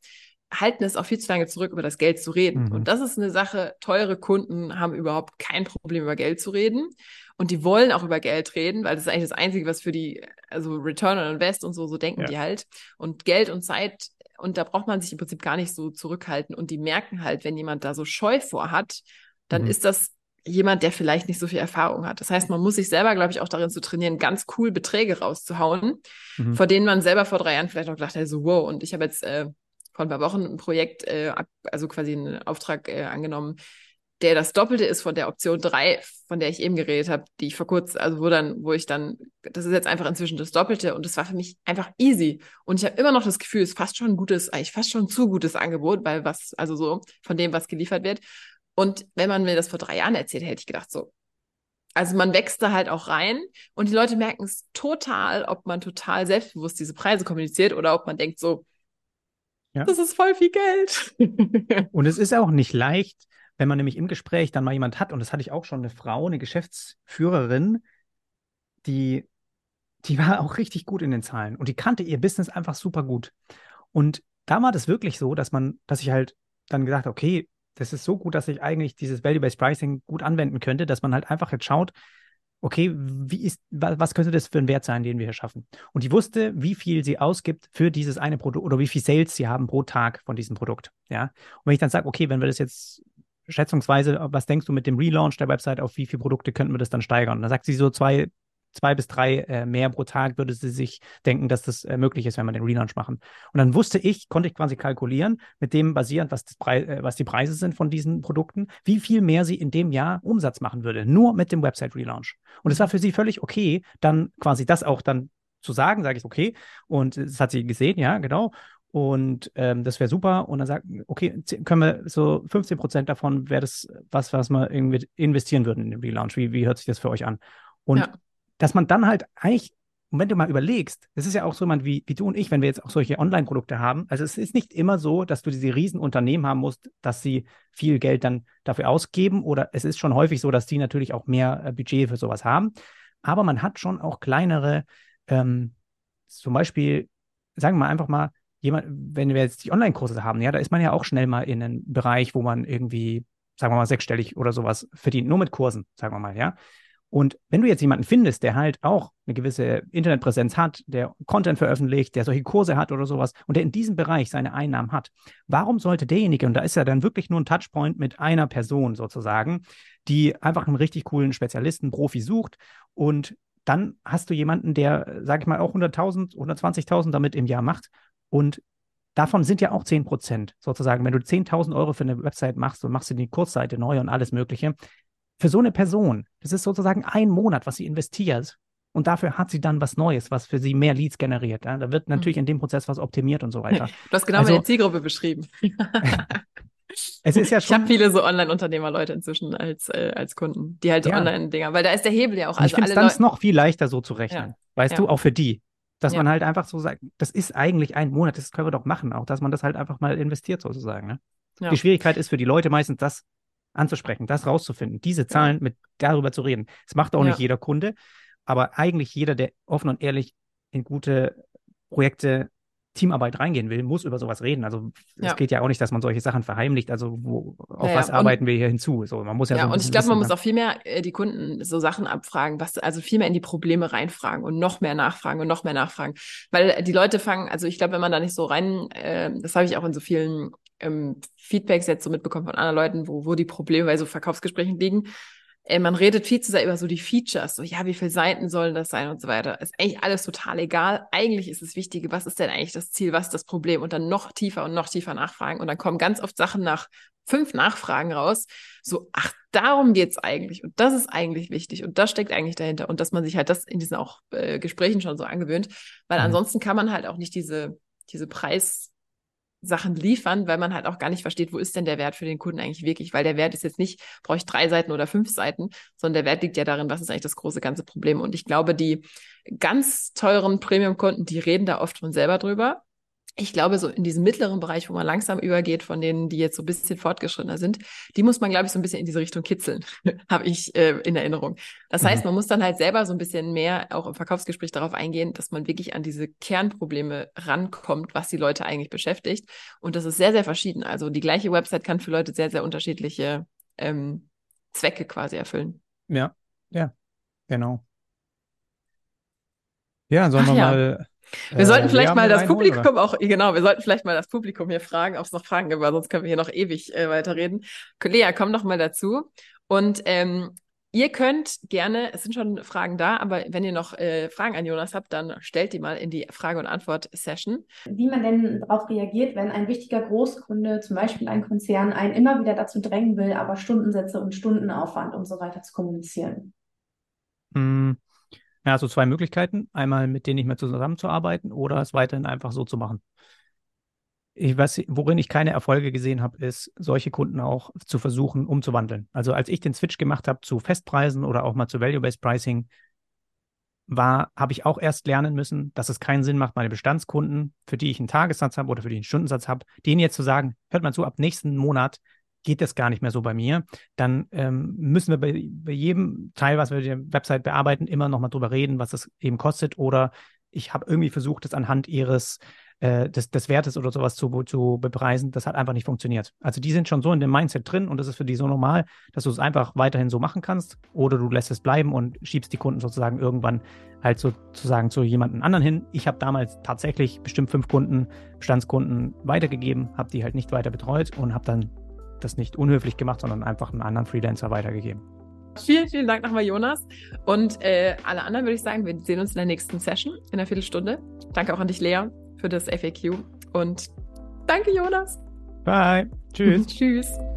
halten es auch viel zu lange zurück, über das Geld zu reden. Mhm. Und das ist eine Sache, teure Kunden haben überhaupt kein Problem, über Geld zu reden. Und die wollen auch über Geld reden, weil das ist eigentlich das Einzige, was für die, also Return on Invest und so, so denken Ja. die halt. Und Geld und Zeit, und da braucht man sich im Prinzip gar nicht so zurückhalten. Und die merken halt, wenn jemand da so Scheu vor hat, dann Mhm. ist das jemand, der vielleicht nicht so viel Erfahrung hat. Das heißt, man muss sich selber, glaube ich, auch darin zu trainieren, ganz cool Beträge rauszuhauen, Mhm. vor denen man selber vor drei Jahren vielleicht noch gedacht hat, so wow. Und ich habe jetzt äh, vor ein paar Wochen ein Projekt, äh, also quasi einen Auftrag äh, angenommen, der das Doppelte ist von der Option drei, von der ich eben geredet habe, die ich vor kurzem, also wo dann, wo ich dann, das ist jetzt einfach inzwischen das Doppelte und das war für mich einfach easy. Und ich habe immer noch das Gefühl, es ist fast schon ein gutes, eigentlich fast schon ein zu gutes Angebot, weil was, also so von dem, was geliefert wird. Und wenn man mir das vor drei Jahren erzählt, hätte ich gedacht, so. Also man wächst da halt auch rein und die Leute merken es total, ob man total selbstbewusst diese Preise kommuniziert oder ob man denkt so, Ja. das ist voll viel Geld. Und es ist auch nicht leicht, wenn man nämlich im Gespräch dann mal jemand hat, und das hatte ich auch schon, eine Frau, eine Geschäftsführerin, die, die war auch richtig gut in den Zahlen und die kannte ihr Business einfach super gut. Und da war das wirklich so, dass man, dass ich halt dann gesagt habe, okay, das ist so gut, dass ich eigentlich dieses Value-Based Pricing gut anwenden könnte, dass man halt einfach jetzt schaut, okay, wie ist, was könnte das für ein Wert sein, den wir hier schaffen? Und die wusste, wie viel sie ausgibt für dieses eine Produkt oder wie viel Sales sie haben pro Tag von diesem Produkt. Ja. Und wenn ich dann sage, okay, wenn wir das jetzt schätzungsweise, was denkst du mit dem Relaunch der Website, auf wie viele Produkte könnten wir das dann steigern? Und dann sagt sie so zwei, zwei bis drei äh, mehr pro Tag würde sie sich denken, dass das äh, möglich ist, wenn wir den Relaunch machen. Und dann wusste ich, konnte ich quasi kalkulieren, mit dem basierend, was, das Preis, äh, was die Preise sind von diesen Produkten, wie viel mehr sie in dem Jahr Umsatz machen würde, nur mit dem Website-Relaunch. Und es war für sie völlig okay, dann quasi das auch dann zu sagen, sage ich, okay. Und das hat sie gesehen, ja, genau. Und ähm, das wäre super. Und dann sagt, okay, können wir so fünfzehn Prozent davon wäre das was, was wir irgendwie investieren würden in den Relaunch. Wie, wie hört sich das für euch an? Und Ja. dass man dann halt eigentlich, und wenn du mal überlegst, das ist ja auch so jemand wie, wie du und ich, wenn wir jetzt auch solche Online-Produkte haben, also es ist nicht immer so, dass du diese riesen Unternehmen haben musst, dass sie viel Geld dann dafür ausgeben, oder es ist schon häufig so, dass die natürlich auch mehr äh, Budget für sowas haben, aber man hat schon auch kleinere, ähm, zum Beispiel, sagen wir mal einfach mal, jemand, wenn wir jetzt die Online-Kurse haben, ja, da ist man ja auch schnell mal in einem Bereich, wo man irgendwie, sagen wir mal, sechsstellig oder sowas verdient, nur mit Kursen, sagen wir mal, ja. Und wenn du jetzt jemanden findest, der halt auch eine gewisse Internetpräsenz hat, der Content veröffentlicht, der solche Kurse hat oder sowas und der in diesem Bereich seine Einnahmen hat, warum sollte derjenige, und da ist ja dann wirklich nur ein Touchpoint mit einer Person sozusagen, die einfach einen richtig coolen Spezialisten, Profi sucht, und dann hast du jemanden, der, sag ich mal, auch hunderttausend, hundertzwanzigtausend damit im Jahr macht, und davon sind ja auch zehn Prozent sozusagen. Wenn du zehntausend Euro für eine Website machst und machst du die Kurzseite neu und alles Mögliche, für so eine Person, das ist sozusagen ein Monat, was sie investiert. Und dafür hat sie dann was Neues, was für sie mehr Leads generiert. Ja? Da wird natürlich Mhm. in dem Prozess was optimiert und so weiter. Du hast genau meine Also Zielgruppe beschrieben. es ist ja Ich habe schon, viele so Online-Unternehmer-Leute inzwischen als, äh, als Kunden, die halt so ja, Online-Dinger, weil da ist der Hebel ja auch, und ich also finde es alle dann Leute, noch viel leichter so zu ja, rechnen. Weißt du, ja, auch für die. Dass ja, man halt einfach so sagt, das ist eigentlich ein Monat, das können wir doch machen, auch dass man das halt einfach mal investiert sozusagen. Ne? Die ja, Schwierigkeit ist für die Leute meistens, das anzusprechen, das rauszufinden, diese ja, Zahlen mit darüber zu reden. Das macht auch nicht ja, jeder Kunde, aber eigentlich jeder, der offen und ehrlich in gute Projekte, Teamarbeit reingehen will, muss über sowas reden. Also es ja. geht ja auch nicht, dass man solche Sachen verheimlicht. Also wo, Ja, auf ja. was Und arbeiten wir hier hinzu? So, man muss ja so ja, ein und ich bisschen glaube, man wissen. muss Ne? auch viel mehr äh, die Kunden so Sachen abfragen, was, also viel mehr in die Probleme reinfragen und noch mehr nachfragen und noch mehr nachfragen. Weil die Leute fangen, also ich glaube, wenn man da nicht so rein, äh, das habe ich auch in so vielen ähm, Feedbacks jetzt so mitbekommen von anderen Leuten, wo, wo die Probleme bei so Verkaufsgesprächen liegen. Äh, man redet viel zu sehr über so die Features, so ja, wie viele Seiten sollen das sein und so weiter. Ist eigentlich alles total egal. Eigentlich ist das Wichtige, was ist denn eigentlich das Ziel, was ist das Problem? Und dann noch tiefer und noch tiefer nachfragen. Und dann kommen ganz oft Sachen nach fünf Nachfragen raus, so, ach, darum geht's eigentlich. Und das ist eigentlich wichtig. Und das steckt eigentlich dahinter. Und dass man sich halt das in diesen auch äh, Gesprächen schon so angewöhnt. Weil Mhm. ansonsten kann man halt auch nicht diese, diese Preis- Sachen liefern, weil man halt auch gar nicht versteht, wo ist denn der Wert für den Kunden eigentlich wirklich, weil der Wert ist jetzt nicht, brauche ich drei Seiten oder fünf Seiten, sondern der Wert liegt ja darin, was ist eigentlich das große ganze Problem. Und ich glaube, die ganz teuren Premium-Kunden, die reden da oft von selber drüber. Ich glaube, so in diesem mittleren Bereich, wo man langsam übergeht von denen, die jetzt so ein bisschen fortgeschrittener sind, die muss man, glaube ich, so ein bisschen in diese Richtung kitzeln, habe ich äh, in Erinnerung. Das heißt, Mhm. man muss dann halt selber so ein bisschen mehr auch im Verkaufsgespräch darauf eingehen, dass man wirklich an diese Kernprobleme rankommt, was die Leute eigentlich beschäftigt. Und das ist sehr, sehr verschieden. Also die gleiche Website kann für Leute sehr, sehr unterschiedliche ähm, Zwecke quasi erfüllen. Ja, ja, genau. Ja, sollen Ach wir ja. mal Wir äh, sollten Lea vielleicht mal mit das reinholen, oder? Publikum auch, genau, wir sollten vielleicht mal das Publikum hier fragen, ob es noch Fragen gibt, weil sonst können wir hier noch ewig äh, weiterreden. Lea, komm doch mal dazu. Und ähm, ihr könnt gerne, es sind schon Fragen da, aber wenn ihr noch äh, Fragen an Jonas habt, dann stellt die mal in die Frage- und Antwort-Session. Wie man denn darauf reagiert, wenn ein wichtiger Großkunde, zum Beispiel ein Konzern, einen immer wieder dazu drängen will, aber Stundensätze und Stundenaufwand und so weiter zu kommunizieren. Hm, ja, also zwei Möglichkeiten. Einmal mit denen nicht mehr zusammenzuarbeiten oder es weiterhin einfach so zu machen. Ich weiß, worin ich keine Erfolge gesehen habe, ist, solche Kunden auch zu versuchen umzuwandeln. Also als ich den Switch gemacht habe zu Festpreisen oder auch mal zu Value-Based Pricing, war, habe ich auch erst lernen müssen, dass es keinen Sinn macht, meine Bestandskunden, für die ich einen Tagessatz habe oder für die ich einen Stundensatz habe, denen jetzt zu sagen, hört mal zu, ab nächsten Monat geht das gar nicht mehr so bei mir. Dann ähm, müssen wir bei, bei jedem Teil, was wir der Website bearbeiten, immer nochmal drüber reden, was es eben kostet. Oder ich habe irgendwie versucht, es anhand ihres äh, des, des Wertes oder sowas zu, zu bepreisen. Das hat einfach nicht funktioniert. Also die sind schon so in dem Mindset drin und das ist für die so normal, dass du es einfach weiterhin so machen kannst oder du lässt es bleiben und schiebst die Kunden sozusagen irgendwann halt sozusagen zu jemandem anderen hin. Ich habe damals tatsächlich bestimmt fünf Kunden, Bestandskunden weitergegeben, habe die halt nicht weiter betreut und habe dann das nicht unhöflich gemacht, sondern einfach einen anderen Freelancer weitergegeben. Vielen, vielen Dank nochmal, Jonas. Und äh, alle anderen würde ich sagen, wir sehen uns in der nächsten Session in einer Viertelstunde. Danke auch an dich, Lea, für das F A Q. Und danke, Jonas. Bye. Tschüss. Tschüss.